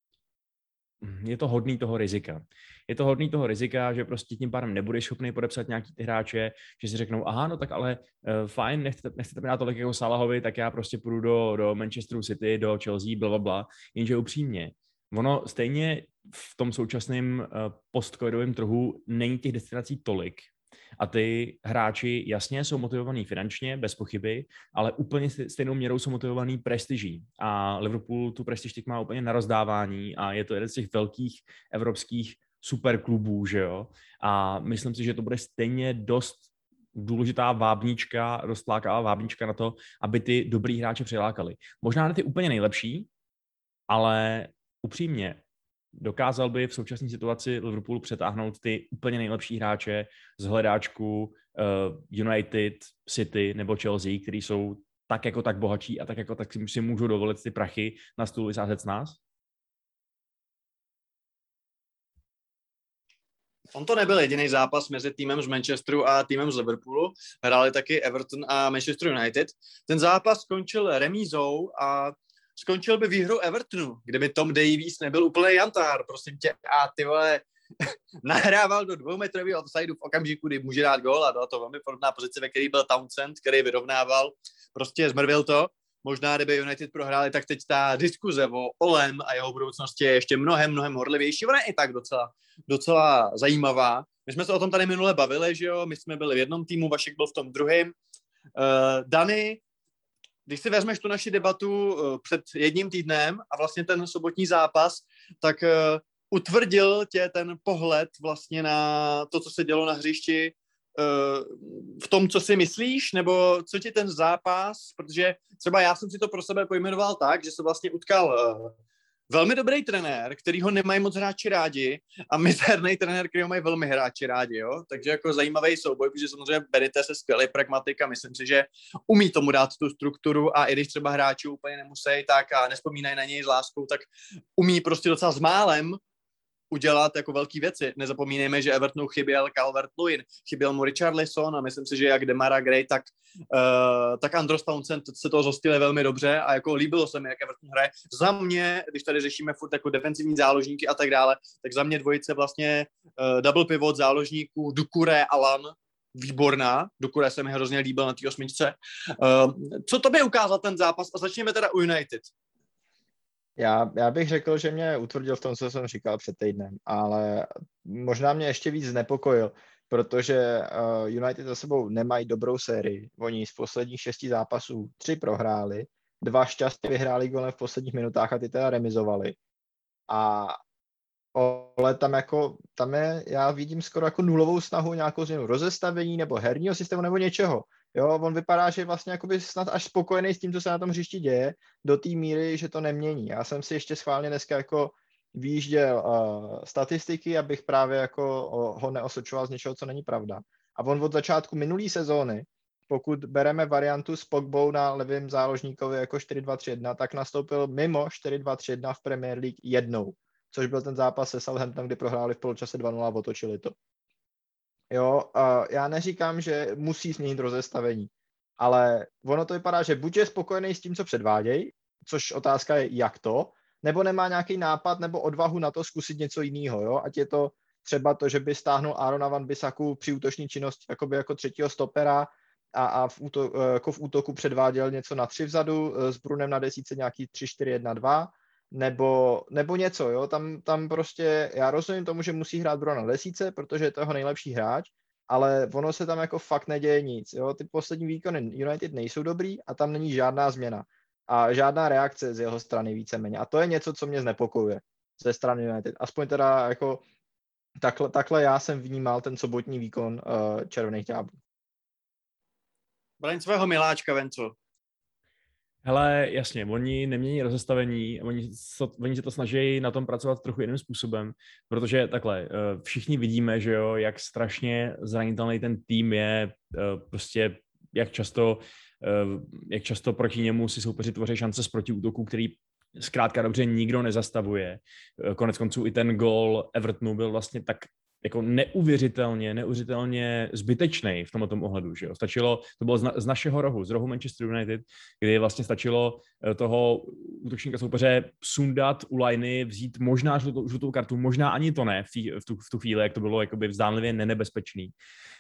je to hodný toho rizika. Je to hodný toho rizika, že prostě tím pádem nebudeš schopný podepsat nějaký ty hráče, že si řeknou, aha, no tak ale fajn, nechcete mi dát tolik jako Salahovi, tak já prostě půjdu do Manchesteru City, do Chelsea, blablabla. Jenže upřímně, ono stejně v tom současném post-covidovém trhu není těch destinací tolik. A ty hráči jasně jsou motivovaní finančně, bez pochyby, ale úplně stejnou měrou jsou motivovaní prestiží. A Liverpool tu prestiž teď má úplně na rozdávání a je to jeden z těch velkých evropských superklubů, že jo. A myslím si, že to bude stejně dost důležitá vábnička, dost lákavá vábnička na to, aby ty dobrý hráče přilákali. Možná ne ty úplně nejlepší, ale upřímně, dokázal by v současné situaci Liverpool přetáhnout ty úplně nejlepší hráče z hledáčku United, City nebo Chelsea, který jsou tak jako tak bohatší a tak jako tak si můžou dovolit ty prachy na stůl vysázet s nás? On to nebyl jediný zápas mezi týmem z Manchesteru a týmem z Liverpoolu. Hráli taky Everton a Manchester United. Ten zápas skončil remízou a skončil by výhrou Evertonu, kdyby Tom Davies nebyl úplný jantár, prosím tě. A ty vole, nahrával do 2metrového offsideu v okamžiku, kdy může dát gól a byla to velmi podobná pozice, ve které byl Townsend, který vyrovnával. Prostě zmrvil to. Možná, kdyby United prohráli, tak teď ta diskuze o Olem a jeho budoucnosti je ještě mnohem horlivější. Ona je i tak docela zajímavá. My jsme se o tom tady minule bavili, že jo? My jsme byli v jednom týmu, Vašek byl v tom druhém. Dany, když si vezmeš tu naši debatu před jedním týdnem a vlastně ten sobotní zápas, tak utvrdil tě ten pohled vlastně na to, co se dělo na hřišti, v tom, co si myslíš, nebo co ti ten zápas, protože třeba já jsem si to pro sebe pojmenoval tak, že se vlastně utkal velmi dobrý trenér, který ho nemají moc hráči rádi a mizerný trenér, který ho mají velmi hráči rádi, jo. Takže jako zajímavý souboj, protože samozřejmě Benitez je skvělý pragmatik a myslím si, že umí tomu dát tu strukturu a i když třeba hráči úplně nemusí tak a nespomínají na něj s láskou, tak umí prostě docela s málem udělat jako velký věci. Nezapomínejme, že Evertonu chyběl Calvert-Lewin, chyběl mu Richarlison a myslím si, že jak Demara Gray, tak Andros Townsend se toho zhostili velmi dobře a jako líbilo se mi, jak Everton hraje. Za mě, když tady řešíme furt jako defenzivní záložníky a tak dále, tak za mě dvojice vlastně double pivot záložníků Doucouré Alan, výborná. Doucouré se mi hrozně líbil na té 8. Co to by ukázal ten zápas? A začněme teda u United. Já bych řekl, že mě utvrdil v tom, co jsem říkal před týdnem, ale možná mě ještě víc znepokojil, protože United za sebou nemají dobrou sérii. Oni z posledních 6 zápasů 3 prohráli, 2 šťastně vyhráli golem v posledních minutách a ty teda remizovali. A ale tam je, já vidím skoro jako nulovou snahu nějakou změnu rozestavení nebo herního systému nebo něčeho. Jo, on vypadá, že je vlastně jakoby snad až spokojený s tím, co se na tom hřišti děje, do té míry, že to nemění. Já jsem si ještě schválně dneska jako vyjížděl statistiky, abych právě jako ho neosočoval z něčeho, co není pravda. A on od začátku minulé sezóny, pokud bereme variantu s Pogbou na levém záložníkovi jako 4-2-3-1, tak nastoupil mimo 4-2-3-1 v Premier League jednou, což byl ten zápas se Southamptonem, kdy prohráli v poločase 2-0 a otočili to. Jo, já neříkám, že musí změnit rozestavení, ale ono to vypadá, že buď je spokojený s tím, co předvádějí, což otázka je, jak to, nebo nemá nějaký nápad nebo odvahu na to zkusit něco jiného, jo, ať je to třeba to, že by stáhnul Arona Van Bissaku při útoční činnosti jako třetího stopera a v útoku předváděl něco na 3 vzadu, s Brunem na 10 nějaký 3-4-1-2, nebo něco, jo, tam prostě, já rozumím tomu, že musí hrát Bruno na 10, protože je to jeho nejlepší hráč, ale ono se tam jako fakt neděje nic, jo, ty poslední výkony United nejsou dobrý a tam není žádná změna a žádná reakce z jeho strany víceméně a to je něco, co mě znepokojuje ze strany United, aspoň teda jako takhle já jsem vnímal ten sobotní výkon Červených ďáblů. Braň svého miláčka, Venco. Hele, jasně, oni nemění rozestavení, oni se to snaží na tom pracovat trochu jiným způsobem, protože takhle, všichni vidíme, že jo, jak strašně zranitelný ten tým je, prostě jak často proti němu si soupeři tvoří šance z protiútoku, který zkrátka dobře nikdo nezastavuje. Konec konců i ten gól Evertonu byl vlastně tak jako neuvěřitelně zbytečný v tomto ohledu, že jo. Stačilo, to bylo z našeho rohu, z rohu Manchester United, kdy vlastně stačilo toho útočníka soupeře sundat u liney, vzít možná žlutou kartu, možná ani to ne v tu chvíli, jak to bylo jakoby vzdánlivě nenebezpečný.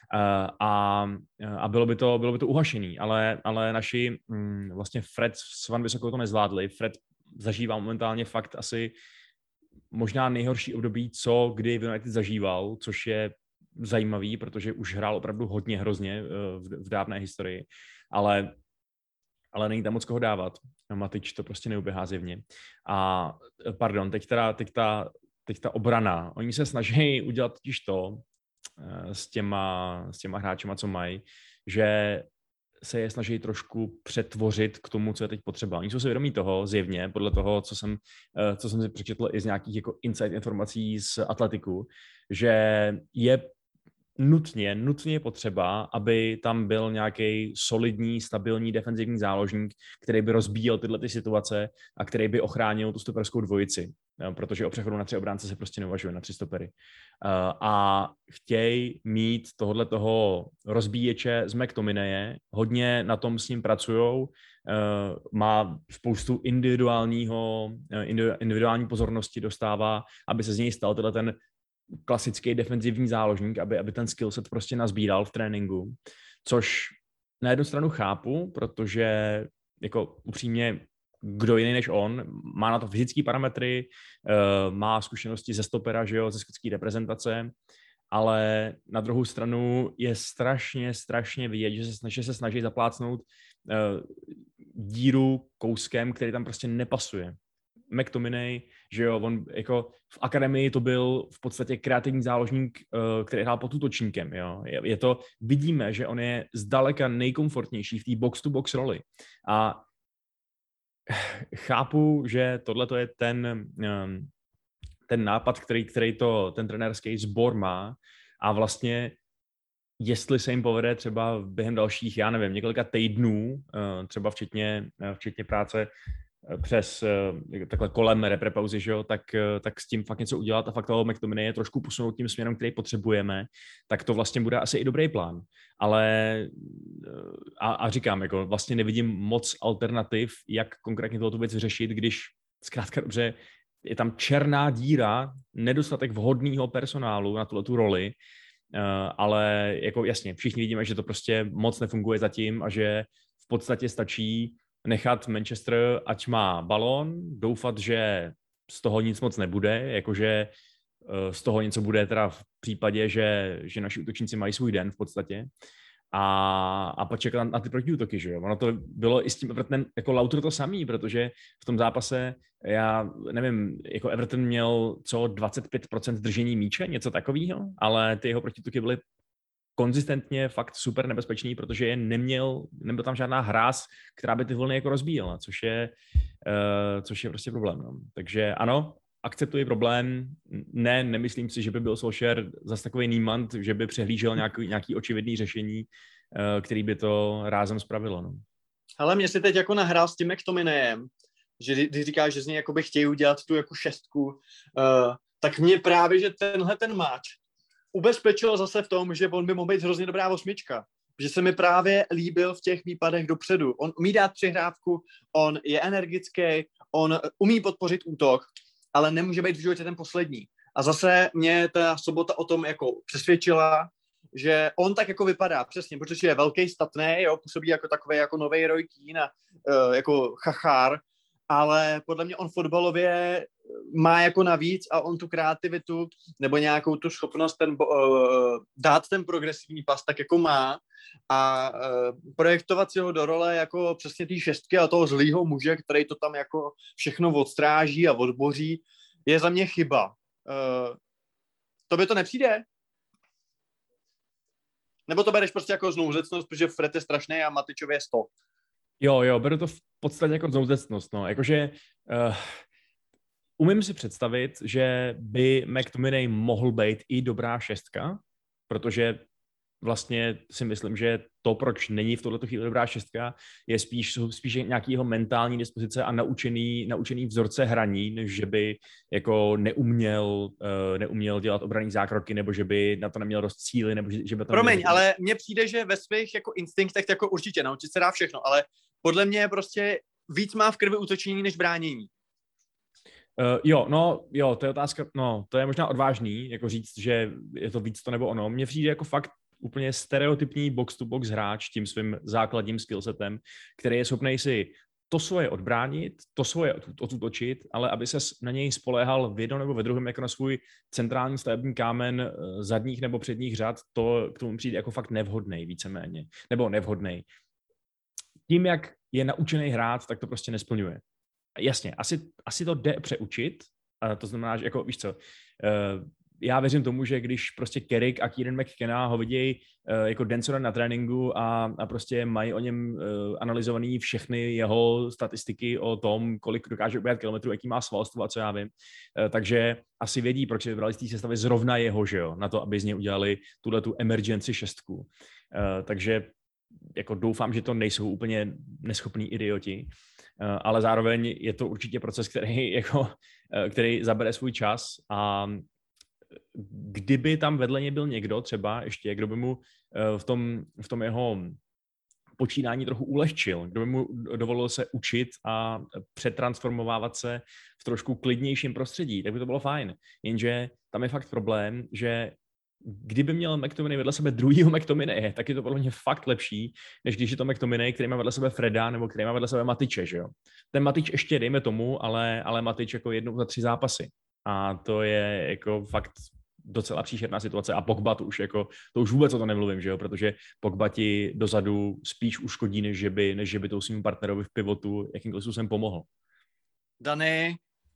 A bylo by to uhašený, ale naši vlastně Fred s Van Bissakou to nezvládli. Fred zažívá momentálně fakt asi možná nejhorší období, co kdy v United zažíval, což je zajímavý, protože už hrál opravdu hodně hrozně v dávné historii, ale není tam moc koho dávat. Matič to prostě neuběhá zjevně. A pardon, teď ta obrana. Oni se snaží udělat totiž to s těma hráčema, co mají, že se je snaží trošku přetvořit k tomu, co je teď potřeba. Oni jsou si vědomí toho, zjevně, podle toho, co jsem si přečetl i z nějakých jako inside informací z Atletiku, že je nutně potřeba, aby tam byl nějaký solidní, stabilní defenzivní záložník, který by rozbíjel tyhle ty situace a který by ochránil tu stoperskou dvojici, protože o přechodu na 3 obránce se prostě neuvažuje, na 3 stopery. A chtějí mít tohoto rozbíječe z McTominaye, hodně na tom s ním pracujou, má spoustu individuální pozornosti dostává, aby se z něj stal ten klasický defenzivní záložník, aby ten skillset prostě nazbíral v tréninku, což na jednu stranu chápu, protože jako upřímně kdo jiný než on, má na to fyzické parametry, má zkušenosti ze stopera, že jo, ze skotské reprezentace, ale na druhou stranu je strašně vidět, že se snaží zaplácnout díru kouskem, který tam prostě nepasuje. McTominay, že jo, on jako v akademii to byl v podstatě kreativní záložník, který hrál pod útočníkem, jo. Je to, vidíme, že on je zdaleka nejkomfortnější v té box-to-box roli. A chápu, že tohle je ten nápad, který ten trenérský sbor má a vlastně jestli se jim povede třeba během dalších, já nevím, několika týdnů, třeba včetně práce přes takhle kolem reprepauzy, že jo, tak s tím fakt něco udělat a fakt toho McTominay trošku posunout tím směrem, který potřebujeme, tak to vlastně bude asi i dobrý plán. Ale a říkám, jako vlastně nevidím moc alternativ, jak konkrétně tohoto věc vyřešit, když zkrátka dobře je tam černá díra, nedostatek vhodného personálu na tu roli, ale jako jasně, všichni vidíme, že to prostě moc nefunguje zatím a že v podstatě stačí nechat Manchester, ať má balón, doufat, že z toho nic moc nebude, jakože z toho něco bude teda v případě, že naši útočníci mají svůj den v podstatě a pak čekat na ty protiútoky, že jo. Ono to bylo i s tím Evertonem, jako Lauter to samý, protože v tom zápase, já nevím, jako Everton měl 25% držení míče, něco takového, ale ty jeho protiútoky byly konzistentně fakt super nebezpečný, protože nebyl tam žádná hráz, která by ty vlny jako rozbíjela, což je prostě problém. No. Takže ano, akceptuji problém, nemyslím si, že by byl Solskjaer zase takový nímant, že by přehlížel nějaký očividný řešení, který by to rázem spravilo. No. Ale mě si teď jako nahrál s tím McTominayem, že když říkáš, že z něj jakoby chtějí udělat tu jako šestku, tak mě právě, že tenhle ten máč ubezpečil zase v tom, že on by mohl být hrozně dobrá osmička. Že se mi právě líbil v těch výpadech dopředu. On umí dát přihrávku, on je energický, on umí podpořit útok, ale nemůže být v životě ten poslední. A zase mě ta sobota o tom jako přesvědčila, že on tak jako vypadá přesně, protože je velký, statný, jo, působí jako takový jako novej Roy Keane a jako chachár, ale podle mě on fotbalově má jako navíc a on tu kreativitu nebo nějakou tu schopnost dát ten progresivní pas tak jako má a projektovat si ho do role jako přesně té šestky a toho zlýho muže, který to tam jako všechno odstráží a odboří, je za mě chyba. Tobě to nepřijde? Nebo to bereš prostě jako znouzecnost, protože Fred je strašný a Matičově je 100? Jo, beru to v podstatě jako znouzecnost, no. Jakože umím si představit, že by McTominay mohl být i dobrá šestka, protože vlastně si myslím, že to, proč není v tohleto chvíli dobrá šestka, je spíš nějaký jeho mentální dispozice a naučený vzorce hraní, než že by jako neuměl dělat obranný zákroky, nebo že by na to neměl dost síly, nebo že by to Promiň, ale mně přijde, že ve svých jako instinktech jako určitě naučit se dá všechno, ale podle mě prostě víc má v krvi útočení než bránění. To je otázka, to je možná odvážný, jako říct, že je to víc to nebo ono. Mně přijde jako fakt úplně stereotypní box-to-box hráč tím svým základním skillsetem, který je schopný si to svoje odbránit, to svoje odutočit, ale aby se na něj spoléhal v jednom nebo ve druhém jako na svůj centrální stavební kámen zadních nebo předních řad, to k tomu přijde jako fakt nevhodnej víceméně. Nebo nevhodnej. Tím, jak je naučený hrát, tak to prostě nesplňuje. Jasně, asi to jde přeučit, a to znamená, že jako, víš co, já věřím tomu, že když prostě Carrick a Kieran McKenna ho vidějí jako Densona na tréninku a prostě mají o něm analyzovaný všechny jeho statistiky o tom, kolik dokáže uběhat kilometrů, jaký má svalstvo a co já vím, takže asi vědí, proč je vybrali z té sestavy zrovna jeho, že jo, na to, aby z něj udělali tu emergency šestku. Takže jako doufám, že to nejsou úplně neschopní idioti, ale zároveň je to určitě proces, který zabere svůj čas a kdyby tam vedle něj byl někdo třeba ještě, kdo by mu v tom jeho počínání trochu ulehčil, kdo by mu dovolil se učit a přetransformovávat se v trošku klidnějším prostředí, tak by to bylo fajn. Jenže tam je fakt problém, že kdyby měl McTominay vedle sebe druhýho McTominaye, tak je to podle mě fakt lepší, než když je to McTominay, který má vedle sebe Freda nebo který má vedle sebe Matiče, že jo. Ten Matič ještě dejme tomu, ale Matič jako 1 za 3 zápasy. A to je jako fakt docela příšerná situace a Pogba to už vůbec o to nemluvím, že jo, protože Pogba ti dozadu spíš uškodí, než že by tou svým partnerovi v pivotu jakýmkoliv způsobem pomohl. Dany,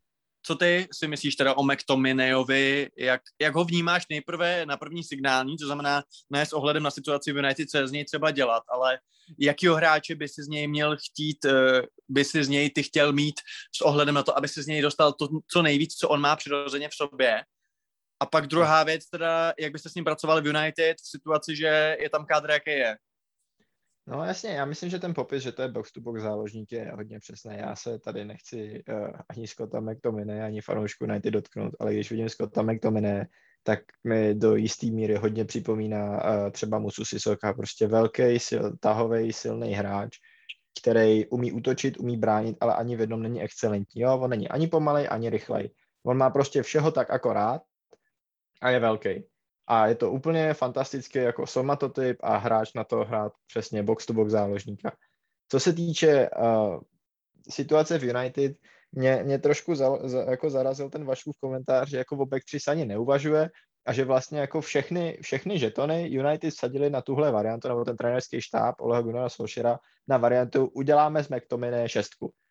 co ty si myslíš teda o McTominayovi, jak ho vnímáš nejprve na první signální, to znamená ne s ohledem na situaci v United, co je z něj třeba dělat, ale jakýho hráče by si z něj měl chtít, by si z něj ty chtěl mít s ohledem na to, aby si z něj dostal to, co nejvíc, co on má přirozeně v sobě. A pak druhá věc teda, jak byste s ním pracovali v United v situaci, že je tam kádr, jaký je. No jasně, já myslím, že ten popis, že to je box-to-box záložník, je hodně přesný. Já se tady nechci ani Scotta McTominay, ani fanoušku United dotknout, ale když vidím Scotta McTominay, tak mi do jistý míry hodně připomíná třeba Moussa Sissoko, prostě velký, tahový, silný hráč, který umí útočit, umí bránit, ale ani v jednom není excelentní. Jo, on není ani pomalej, ani rychlej. On má prostě všeho tak akorát a je velký. A je to úplně fantastický jako somatotyp a hráč na to hrát přesně box-to-box záložníka. Co se týče situace v United, mě trošku jako zarazil ten Vaškův komentář, že jako o back 3 se ani neuvažuje a že vlastně jako všechny žetony United sadili na tuhle variantu, nebo ten trenérský štáb Oleho Gunnara Solskjaera na variantu uděláme z McTominay 6.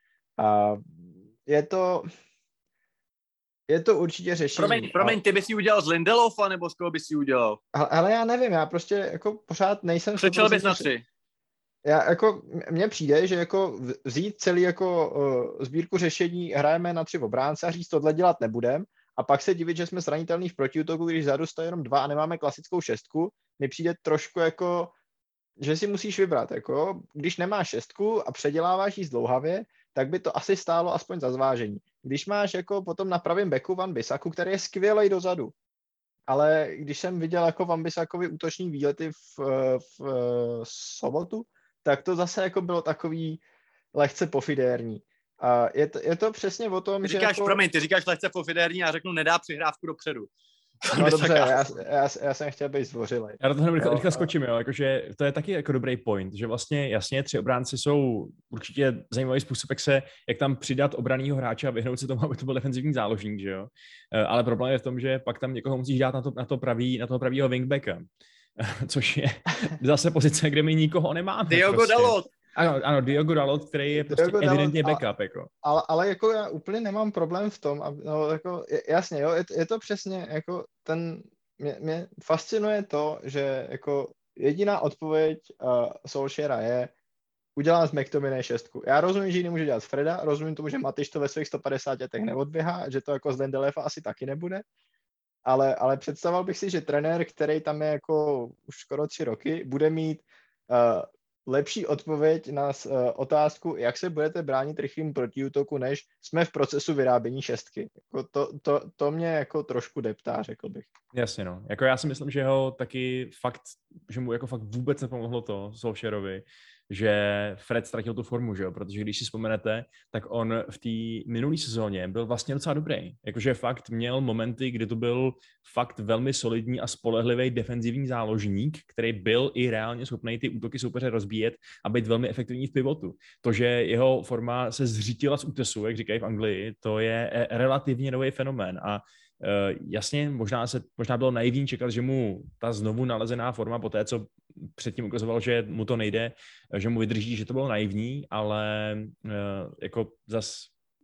Je to určitě řešení. Promiň, ty bys ji udělal z Lindelofa, nebo z koho bys ji udělal? Ale já nevím, já prostě jako pořád nejsem... Přečel bys na 3. Já jako, mně přijde, že jako vzít celý jako sbírku řešení, hrajeme na 3 obránce a říct, tohle dělat nebudem, a pak se divit, že jsme zranitelní v protiútoku, když vzadu stojí jenom 2 a nemáme klasickou 6, mi přijde trošku jako, že si musíš vybrat, jako, když nemáš 6 a předěláváš ji zdlouhavě, tak by to asi stálo aspoň za zvážení. Když máš jako potom na pravém beku Wan-Bissaku, který je skvělej dozadu, ale když jsem viděl jako Wan-Bissakovi útoční výlety v sobotu, tak to zase jako bylo takový lehce pofidérní. A je to přesně o tom, že... Ty říkáš lehce pofidérní a řeknu, nedá přihrávku dopředu. No dobře, já jsem chtěl být zdvořilej. Já do toho rychle skočím, jo, jakože to je taky jako dobrý point, že vlastně jasně 3 obránci jsou určitě zajímavý způsob, jak tam přidat obranného hráče a vyhnout se tomu, aby to byl defenzivní záložník, že jo. Ale problém je v tom, že pak tam někoho musíš dát na toho pravýho wingbacka, což je zase pozice, kde my nikoho nemáme. Diogo prostě. Dalot. Ano, Diogo Dalot, který je prostě evidentně backup. Jako. Ale jako já úplně nemám problém v tom, jako, jasně, jo, je to přesně, jako mě fascinuje to, že jako jediná odpověď Solskjaera je, udělám z McTominay 6. Já rozumím, že ji nemůže dělat Freda, rozumím tomu, že Matyš to ve svých 150 letech neodběhá, že to jako z Lindelefa asi taky nebude, ale představoval bych si, že trenér, který tam je jako už skoro 3 roky, bude mít lepší odpověď na otázku, jak se budete bránit rychlým protiútoku, než jsme v procesu vyrábění 6. Jako to mě jako trošku deptá, řekl bych. Jasně, no. Jako já si myslím, že ho taky fakt, že mu jako fakt vůbec nepomohlo to Solskjaerovi, že Fred ztratil tu formu, že jo, protože když si vzpomenete, tak on v té minulé sezóně byl vlastně docela dobrý. Jakože fakt měl momenty, kdy to byl fakt velmi solidní a spolehlivý defenzivní záložník, který byl i reálně schopný ty útoky soupeře rozbíjet a být velmi efektivní v pivotu. To, že jeho forma se zřítila z útesu, jak říkají v Anglii, to je relativně nový fenomén a jasně, možná bylo naivní čekat, že mu ta znovu nalezená forma po té, co předtím ukazoval, že mu to nejde, že mu vydrží, že to bylo naivní, ale jako zas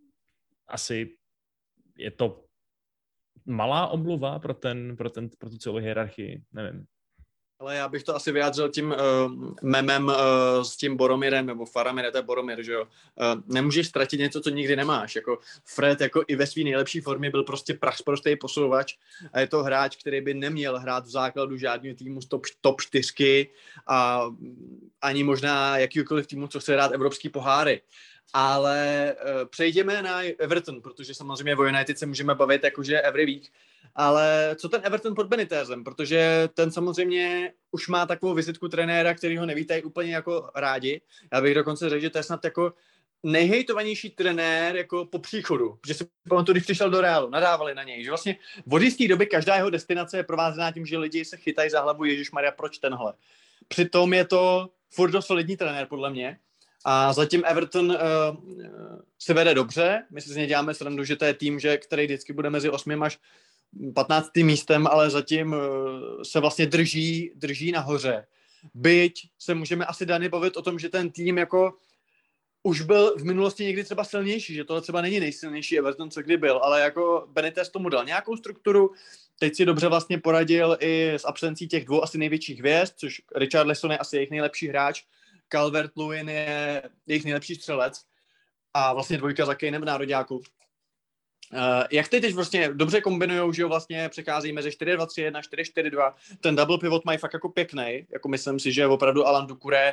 asi je to malá omluva pro tu celou hierarchii, nevím. Ale já bych to asi vyjádřil tím memem s tím Boromirem, nebo Faramir, to je Boromir, že jo. Nemůžeš ztratit něco, co nikdy nemáš. Jako Fred jako i ve své nejlepší formě byl prostě prachsprostý posouvač a je to hráč, který by neměl hrát v základu žádného týmu z top 4 a ani možná jakýkoliv týmu, co chce hrát evropský poháry. Ale přejdeme na Everton, protože samozřejmě o United se můžeme bavit jakože every week. Ale co ten Everton pod Benitezem? Protože ten samozřejmě už má takovou vizitku trenéra, který ho nevítají úplně jako rádi. Já bych dokonce řekl, že to je snad jako nejhejtovanější trenér jako po příchodu. Že si pamatuju, když přišel do Realu, nadávali na něj. Že vlastně od jisté doby každá jeho destinace je provázená tím, že lidi se chytají za hlavu, ježišmarja, proč tenhle. Přitom je to furt dost solidní trenér, podle mě. A zatím Everton se vede dobře. My si z něj děláme srandu, že to je tým, který vždycky bude mezi 8. až 15. místem, ale zatím se vlastně drží nahoře. Byť se můžeme asi Dani bavit o tom, že ten tým jako už byl v minulosti někdy třeba silnější, že tohle třeba není nejsilnější Everton, co kdy byl, ale jako Benitez tomu dal nějakou strukturu, teď si dobře vlastně poradil i s absencí těch dvou asi největších hvězd, což Richarlison je asi jejich nejlepší hráč, Calvert-Lewin je jejich nejlepší střelec a vlastně dvojka za Kanem v nároďáku. Jak teď vlastně dobře kombinujou, že jo, vlastně přechází mezi 4-2-3-1, 4-4-2, ten double pivot mají fakt jako pěknej, jako myslím si, že opravdu Alan Doucouré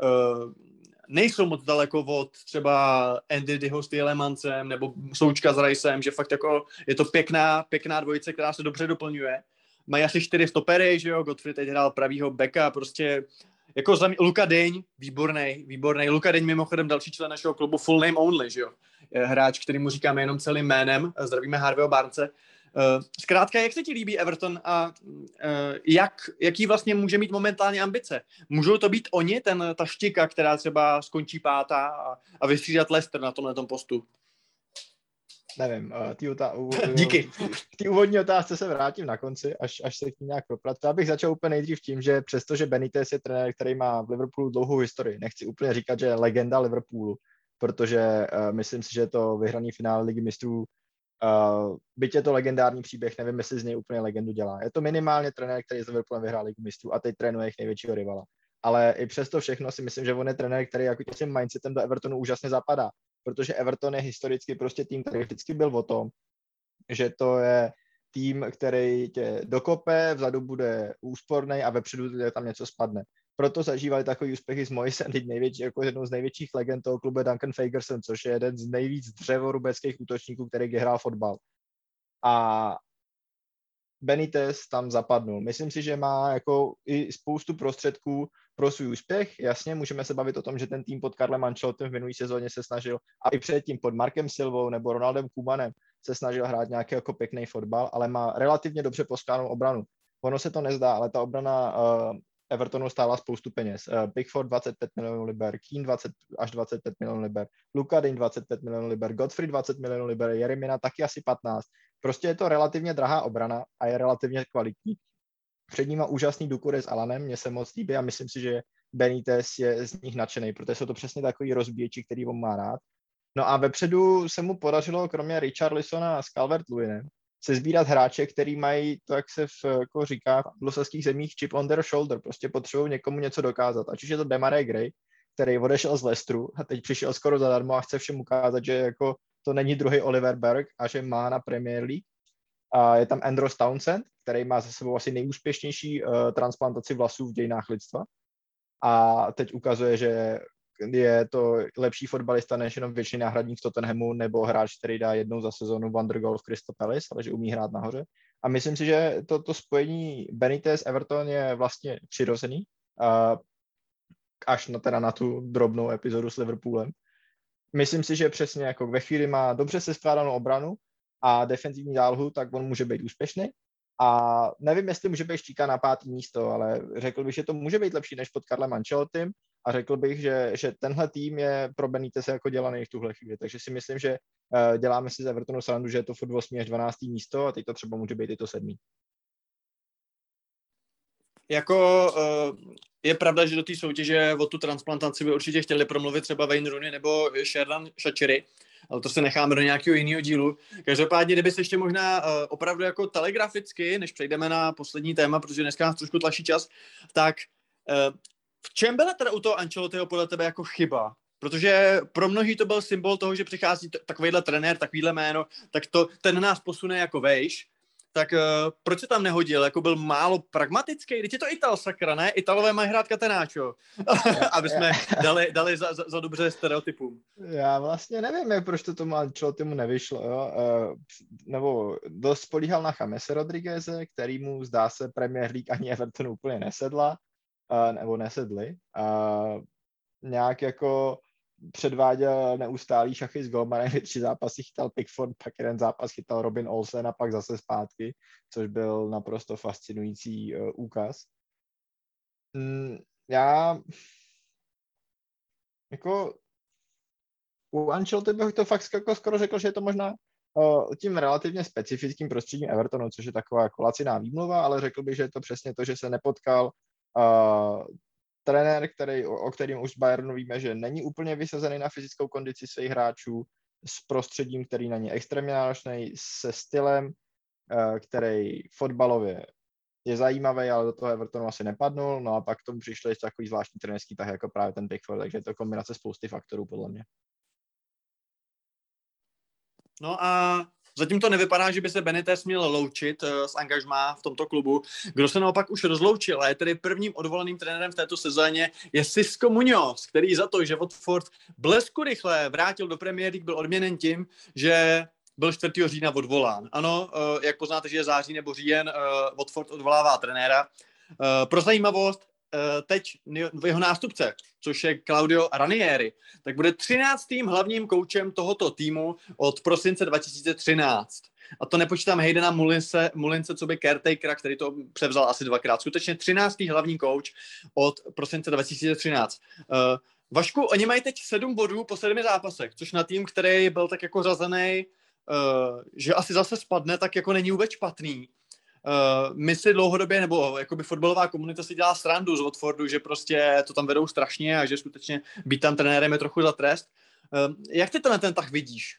nejsou moc daleko od třeba Andy Dyho s Tielemansem nebo Součka s Ricem, že fakt jako je to pěkná dvojice, která se dobře doplňuje. Mají asi 4 stopery, že jo, Godfrey teď hrál pravýho beka, prostě jako Luka Deň, výborný. Luka Deň mimochodem další člen našeho klubu Full Name Only, že jo. Je hráč, který mu říkáme jenom celým jménem, zdravíme Harveyho Barnese. Zkrátka, jak se ti líbí Everton a jaký vlastně může mít momentálně ambice? Můžou to být oni, ta štika, která třeba skončí pátá a vystřídat Leicester na tomhletom postu? Nevím, díky. K té úvodní otázce se vrátím na konci, až se k ní nějak propracuji. Já bych začal úplně nejdřív tím, že přestože Benitez je trenér, který má v Liverpoolu dlouhou historii, nechci úplně říkat, že je legenda Liverpoolu, protože myslím si, že to vyhraný finále Ligy mistrů, byť je to legendární příběh, nevím, jestli z něj úplně legendu dělá. Je to minimálně trenér, který s Liverpoolem vyhrál Ligu mistrů a teď trénuje jejich největšího rivala. Ale i přesto všechno si myslím, že on je trenér, který jako tím mindsetem do Evertonu úžasně zapadá, protože Everton je historicky prostě tým, který vždycky byl o tom, že to je tým, který tě dokope, vzadu bude úsporný a vepředu tam něco spadne. Proto zažívali takový úspěchy s Moisem, jako jednou z největších legend toho klubu Duncan Ferguson, což je jeden z nejvíc dřevorubeckých útočníků, který kdy hrál fotbal. A Benitez tam zapadnul. Myslím si, že má jako i spoustu prostředků pro svůj úspěch. Jasně, můžeme se bavit o tom, že ten tým pod Carlem Ancelottem v minulý sezóně se snažil, a i předtím pod Markem Silvou nebo Ronaldem Koemanem se snažil hrát nějaký jako pěkný fotbal, ale má relativně dobře poskládanou obranu. Ono se to nezdá, ale ta obrana Evertonu stála spoustu peněz. Pickford 25 milionů liber, Keane 20 až 25 milionů liber, Luka Deň 25 milionů liber, Godfrey 20 milionů liber, Jeremina taky asi 15. Prostě je to relativně drahá obrana a je relativně kvalitní. Před ním má úžasný Doucouré s Alanem, mně se moc líbí a myslím si, že Benitez je z nich nadšený, protože jsou to přesně takový rozbíječi, který on má rád. No a vepředu se mu podařilo, kromě Richarlisona a Calvert-Lewinem, se sbírat hráče, který mají, to jak se jako říká v anglosaských zemích, chip on their shoulder, prostě potřebují někomu něco dokázat. Ať už je to Demarai Gray, který odešel z Leicesteru a teď přišel skoro zadarmo a chce všem ukázat, že jako to není druhý Oliver Berg a že má na Premier League. A je tam Andros Townsend, který má za sebou asi nejúspěšnější transplantaci vlasů v dějinách lidstva. A teď ukazuje, že je to lepší fotbalista než jenom většiný náhradník v Tottenhamu nebo hráč, který dá jednou za sezónu Wondergoal v Crystal Palace, ale že umí hrát nahoře. A myslím si, že to spojení Benitez-Everton je vlastně přirozený, až na tu drobnou epizodu s Liverpoolem. Myslím si, že přesně jako ve chvíli má dobře seskládanou obranu a defenzivní zálohu, tak on může být úspěšný. A nevím, jestli může být štíka na 5. místo, ale řekl bych, že to může být lepší než pod Carlem Ancelottim a řekl bych, že tenhle tým je pro Beniteze jako dělaný v tuhle chvíli. Takže si myslím, že děláme si z Evertonu srandu, že je to furt 8. až 12. místo a teď to třeba může být i to 7. Jako je pravda, že do té soutěže o tu transplantaci by určitě chtěli promluvit třeba Wayne Rooney nebo Sheridan Shaqiri, ale to se necháme do nějakého jiného dílu. Každopádně, kdyby se ještě možná opravdu jako telegraficky, než přejdeme na poslední téma, protože dneska nás trošku tlačí čas, tak v čem byla teda u toho Ancelottiho podle tebe jako chyba? Protože pro mnohý to byl symbol toho, že přichází takovýhle trenér, takovýhle jméno, tak ten nás posune jako vejš. Tak proč se tam nehodil? Jako byl málo pragmatický? Teď je to Ital, sakra, ne? Italové mají hrát Catenaccio. Aby jsme dali za dobře stereotypům. Já vlastně nevím, proč to tomu Ancelottimu nevyšlo. Jo? Nebo dost spolíhal na Chamese Rodrigueze, který mu zdá se Premier League ani Everton úplně nesedla. Nebo nesedli. Nějak jako předváděl neustálý šachy s golmanem, 3 zápasy chytal Pickford, pak 1 zápas chytal Robin Olsen a pak zase zpátky, což byl naprosto fascinující úkaz. Já jako u Ancelotti bych to fakt jako skoro řekl, že je to možná tím relativně specifickým prostředím Evertonu, což je taková jako laciná výmluva, ale řekl bych, že je to přesně to, že se nepotkal trenér, o kterým už z Bayernu víme, že není úplně vysazený na fyzickou kondici svých hráčů, s prostředím, který na ně extrémně náročný, se stylem, který fotbalově je zajímavý, ale do toho Evertonu asi nepadnul, no a pak k tomu přišlo ještě takový zvláštní trenérský tah jako právě ten Pickford, takže je to kombinace spousty faktorů podle mě. No a zatím to nevypadá, že by se Benitez měl loučit s angažmá v tomto klubu. Kdo se naopak už rozloučil a je tedy prvním odvolaným trenérem v této sezóně je Xisco Muñoz, který za to, že Watford blesku rychle vrátil do Premier League, byl odměněn tím, že byl 4. října odvolán. Ano, jak poznáte, že je září nebo říjen, Watford odvolává trenéra. Pro zajímavost, teď jeho nástupce, což je Claudio Ranieri, tak bude 13. hlavním koučem tohoto týmu od prosince 2013. A to nepočítám Haydena Mullinse, co by caretakera, který to převzal asi 2krát. Skutečně 13. hlavní kouč od prosince 2013. Vašku, oni mají teď 7 bodů po 7 zápasech, což na tým, který byl tak jako řazený, že asi zase spadne, tak jako není vůbec špatný. My si dlouhodobě, nebo jakoby fotbalová komunita si dělá srandu z Watfordu, že prostě to tam vedou strašně a že skutečně být tam trenérem je trochu za trest. Jak ty ten tah vidíš?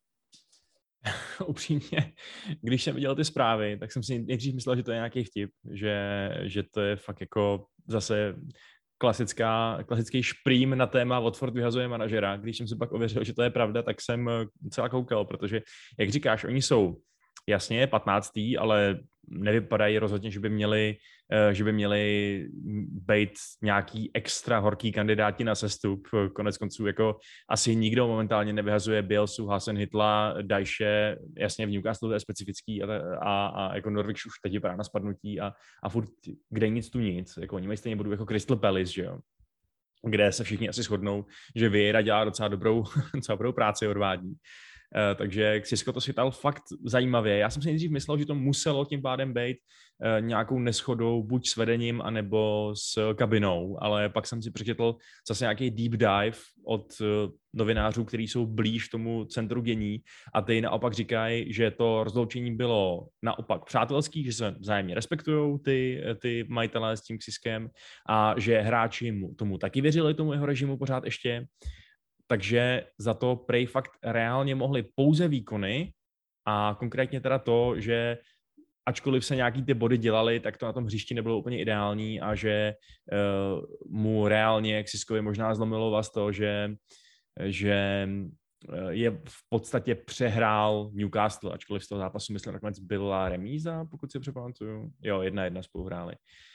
Upřímně, když jsem viděl ty zprávy, tak jsem si nejdřív myslel, že to je nějaký vtip, že to je fakt jako zase klasický šprým na téma Watford vyhazuje manažera. Když jsem si pak ověřil, že to je pravda, tak jsem celá koukal, protože, jak říkáš, oni jsou jasně 15., ale nevypadají rozhodně, že by měli být nějaký extra horký kandidáti na sestup. Konec konců jako asi nikdo momentálně nevyhazuje Bielsu, Hasenhüttla, Dyche, jasně v Newcastle to je specifický a jako Norwich už teď vypadá na spadnutí a furt kde nic tu nic. Jako oni mají stejně budou jako Crystal Palace, že jo? Kde se všichni asi shodnou, že Vieira dělá docela dobrou práci, odvádí. Takže Xisco to světal fakt zajímavě. Já jsem si nejdřív myslel, že to muselo tím pádem být nějakou neschodou buď s vedením, anebo s kabinou, ale pak jsem si přečetl zase nějaký deep dive od novinářů, kteří jsou blíž tomu centru dění a ty naopak říkají, že to rozloučení bylo naopak přátelský, že se vzájemně respektujou ty majitelé s tím Xiskem a že hráči tomu taky věřili, tomu jeho režimu pořád ještě. Takže za to prej fakt reálně mohli pouze výkony a konkrétně teda to, že ačkoliv se nějaký ty body dělaly, tak to na tom hřišti nebylo úplně ideální a že mu reálně Xiscovi možná zlomilo vás to, že je v podstatě přehrál Newcastle, ačkoliv z toho zápasu myslím nakonec byla remíza, pokud si přepamatuju. Jo, 1-1 spolu hráli.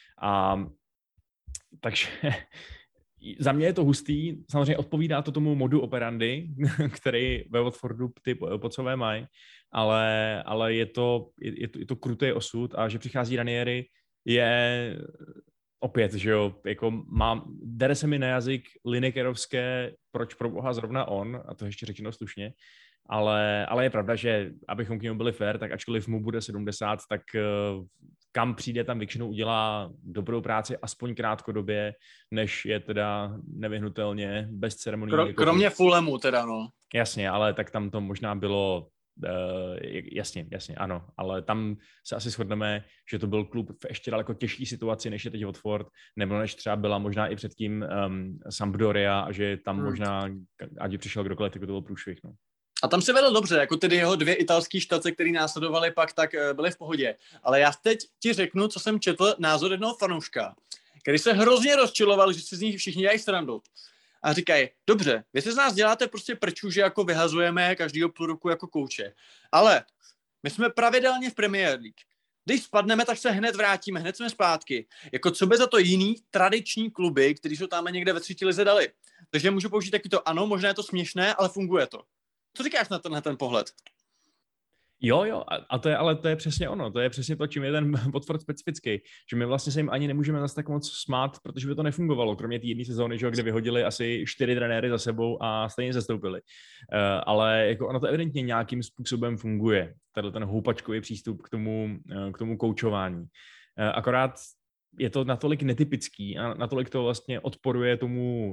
Takže za mě je to hustý, samozřejmě odpovídá to tomu modu operandi, který ve Watfordu ty pocové mají, ale je to krutý osud a že přichází Ranieri je opět, že jo, jako dere se mi na jazyk Linekerovské, proč pro boha zrovna on, a to ještě řečeno slušně, ale je pravda, že abychom k němu byli fair, tak ačkoliv mu bude 70, tak kam přijde, tam většinou udělá dobrou práci, aspoň krátkodobě, než je teda nevyhnutelně bez ceremonií. Kromě Fulhamu teda, no. Jasně, ale tak tam to možná bylo, jasně, ano, ale tam se asi shodneme, že to byl klub v ještě daleko těžší situaci, než je teď Watford, nebo než třeba byla možná i předtím Sampdoria, a že tam možná, ať by přišel kdokoliv, tak to byl průšvih, no. A tam se vedl dobře, jako tedy jeho 2 italský štace, které následovaly pak, tak byly v pohodě. Ale já teď ti řeknu, co jsem četl, názor jednoho fanouška, který se hrozně rozčiloval, že si z nich všichni dělají srandu. A říkají, dobře, vy si z nás děláte prostě prčů, že jako vyhazujeme každýho půl roku jako kouče. Ale my jsme pravidelně v Premier League. Když spadneme, tak se hned vrátíme, hned jsme zpátky. Jako co by za to jiný tradiční kluby, kteří jsou tam někde ve 3. lize dali. Takže můžu použít taky to, ano, možná je to směšné, ale funguje to. Co říkáš na ten pohled? Jo, a to je přesně ono, to je přesně to, čím je ten Watford specifický, že my vlastně se jim ani nemůžeme zase tak moc smát, protože by to nefungovalo, kromě té jedné sezóny, že, kde vyhodili asi 4 trenéry za sebou a stejně zastoupili. Ale jako ono to evidentně nějakým způsobem funguje, tady ten houpačkový přístup k tomu koučování. Akorát je to natolik netypický a natolik to vlastně odporuje tomu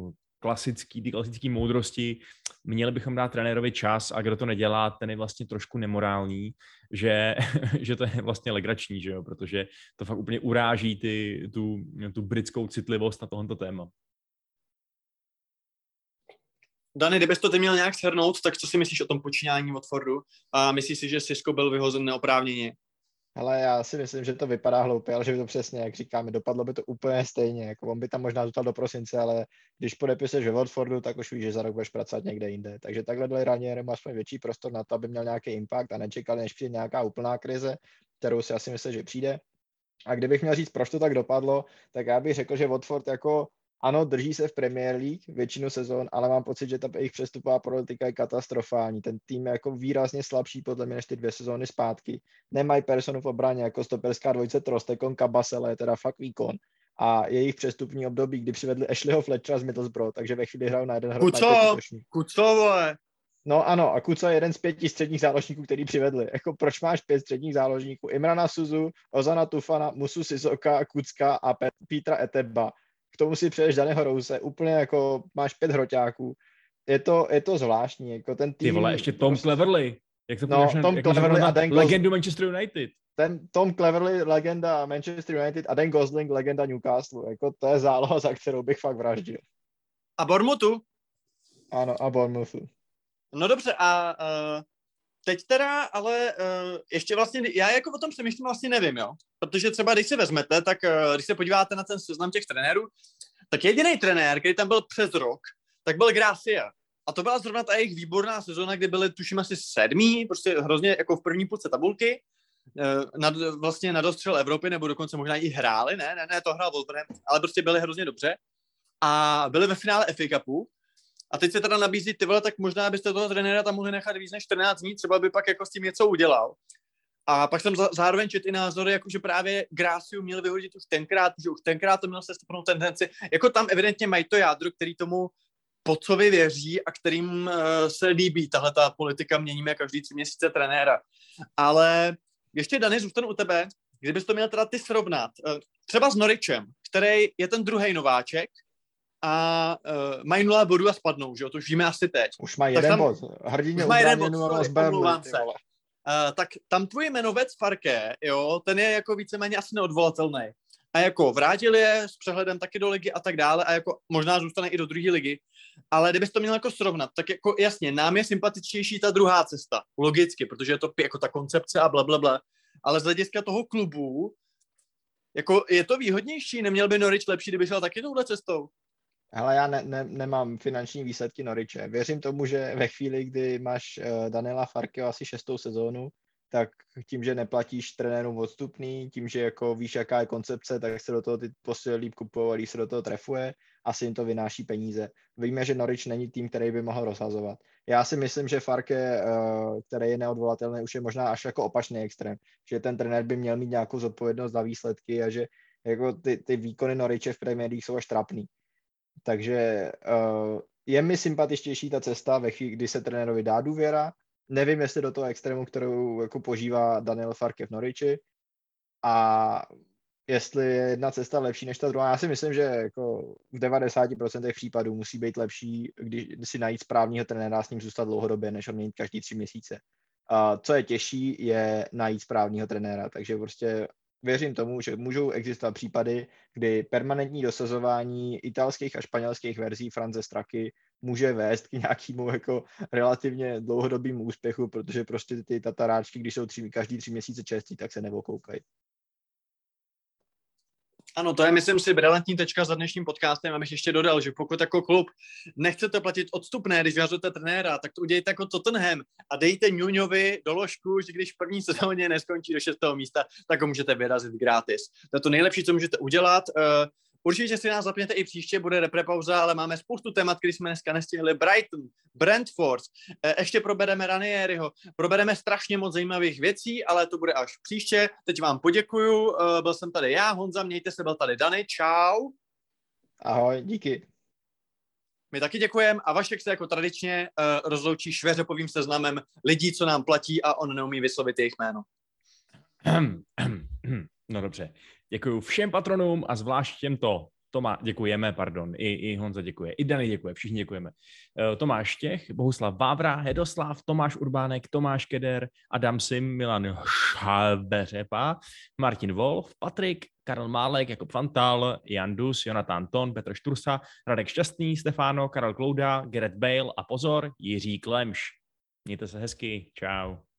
klasické moudrosti, měli bychom dát trenérovi čas a kdo to nedělá, ten je vlastně trošku nemorální, že to je vlastně legrační, že jo? Protože to fakt úplně uráží tu britskou citlivost na tohoto téma. Dany, kdybys to ty měl nějak shrnout, tak co si myslíš o tom počínání Watfordu? A myslíš si, že Sisko byl vyhozen neoprávněně? Ale já si myslím, že to vypadá hloupě, ale že by to přesně, jak říkáme, dopadlo by to úplně stejně. Jako on by tam možná zůstal do prosince, ale když podepisuješ ve Watfordu, tak už víš, že za rok budeš pracovat někde jinde. Takže takhle dali Ranierimu aspoň větší prostor na to, aby měl nějaký impact a nečekali, než přijde nějaká úplná krize, kterou si asi myslím, že přijde. A kdybych měl říct, proč to tak dopadlo, tak já bych řekl, že Watford jako ano, drží se v Premier League většinu sezon, ale mám pocit, že ta jejich přestupová politika je katastrofální. Ten tým je jako výrazně slabší podle mě než ty 2 sezóny zpátky. Nemají personu v obraně, jako stoperská dvojice Trostekon, Kabasele, je teda fakt výkon. A jejich přestupní období, kdy přivedli Ashleyho Fletchera z Middlesbrough, takže ve chvíli hrajou na jeden hrot. Kuco, vole! No ano, a Kuco je jeden z 5 středních záložníků, který přivedli. Jako proč máš 5 středních záložníků? Imrana Suzu, Ozana Tufana, Musu Sissoka, Kucka a Petra Eteba. K tomu si přejdeš Daného Rose, úplně jako máš 5 hroťáků. Je to zvláštní, jako ten tým... Ty vole, ještě Tom Cleverley. Jak to Tom Cleverley a Dan legendu Manchester United. Ten Tom Cleverley, legenda Manchester United a Dan Gosling, legenda Newcastle. Jako to je záloha, za kterou bych fakt vraždil. A Bournemouthu? Ano, a Bournemouthu. No dobře, a teď teda, ale ještě vlastně, já jako o tom přemýšlím vlastně nevím, jo. Protože třeba, když si vezmete, tak když se podíváte na ten seznam těch trenérů, tak jediný trenér, který tam byl přes rok, tak byl Gracia. A to byla zrovna ta jejich výborná sezóna, kdy byli, tuším, asi 7. prostě hrozně jako v první půlce tabulky, vlastně na dostřel Evropy, nebo dokonce možná i hráli, ne, to hrál Wolverhampton, ale prostě byli hrozně dobře. A byli ve finále FA Cupu. A teď se teda nabízí, ty vole, tak možná byste toho trenéra tam mohli nechat víc než 14 dní, třeba by pak jako s tím něco udělal. A pak jsem zároveň četl i názory, jako že právě Graciu měl vyhodit už tenkrát, že už tenkrát to měl sestupnou tendenci. Jako tam evidentně mají to jádro, který tomu Pocovi věří a kterým se líbí tahle ta politika, měníme každý 3 měsíce trenéra. Ale ještě, Dany, zůstanu u tebe, kdybys to měl teda ty srovnat, třeba s Norwichem, který je ten druhý nováček, a mají 0 bodů a spadnou, že jo, to už víme asi teď. Už má jeden bod. Hrdině ubráněnou z Burnley. Tak tam tvůj jmenovec Farke, jo, ten je jako víceméně asi neodvolatelný. A jako vrátil je s přehledem taky do ligy a tak dále a jako možná zůstane i do druhé ligy. Ale kdybys to měl jako srovnat, tak jako jasně, nám je sympatičtější ta druhá cesta. Logicky, protože je to jako ta koncepce a blablabla. Ale z hlediska toho klubu, jako je to výhodnější, neměl by Norwich lepší, kdyby šel taky touhle cestou? Hele, já nemám finanční výsledky Norwiche. Věřím tomu, že ve chvíli, kdy máš Daniela Farkeho asi 6. sezónu, tak tím, že neplatíš trenérům odstupný, tím, že jako víš, jaká je koncepce, tak se do toho ty posily líp kupují, se do toho trefuje, asi jim to vynáší peníze. Víme, že Norwich není tým, který by mohl rozhazovat. Já si myslím, že Farke, který je neodvolatelný, už je možná až jako opačný extrém, že ten trenér by měl mít nějakou zodpovědnost za výsledky a že jako ty výkony Norwiche v Premier League jsou až trapný. Takže je mi sympatičtější ta cesta ve chvíli, kdy se trenérovi dá důvěra. Nevím, jestli do toho extrému, kterou jako požívá Daniel Farke v Norwichi, a jestli je jedna cesta lepší než ta druhá. Já si myslím, že jako v 90% případů musí být lepší, když si najít správného trenéra, s ním zůstat dlouhodobě, než ho měnit každý 3 měsíce. Co je těžší, je najít správného trenéra, takže prostě věřím tomu, že můžou existovat případy, kdy permanentní dosazování italských a španělských verzí Franze Straky může vést k nějakému jako relativně dlouhodobému úspěchu, protože prostě ty tataráčky, když jsou každý 3 měsíce čestí, tak se nevokoukají. Ano, to je, myslím si, brilantní tečka za dnešním podcastem, abych ještě dodal, že pokud jako klub nechcete platit odstupné, když vyhazujete trenéra, tak to udějte jako Tottenham a dejte Nuňovi doložku, že když v první sezóně neskončí do 6. místa, tak ho můžete vyrazit gratis. To je to nejlepší, co můžete udělat. Určitě si nás zapněte i příště, bude reprepauza, ale máme spoustu témat, které jsme dneska nestihli. Brighton, Brentford, ještě probereme Ranieriho, probereme strašně moc zajímavých věcí, ale to bude až příště. Teď vám poděkuju, byl jsem tady já, Honza, mějte se, byl tady Dany, čau. Ahoj, díky. My taky děkujeme a Vašek se jako tradičně rozloučí šveřepovým seznamem lidí, co nám platí a on neumí vyslovit jejich jméno. No dobře. Děkuji všem patronům a zvlášť těmto děkujeme, pardon, i Honza děkuje, i Dany děkuje, všichni děkujeme. Tomáš Štěch, Bohuslav Vávra, Hedoslav, Tomáš Urbánek, Tomáš Keder, Adam Sim, Milan Šabeřepa, Martin Wolf, Patrik, Karel Málek, Jakub Fantal, Jan Dus, Jonathan Ton, Petr Štursa, Radek Šťastný, Stefano, Karel Klouda, Gareth Bale a pozor, Jiří Klemš. Mějte se hezky, čau.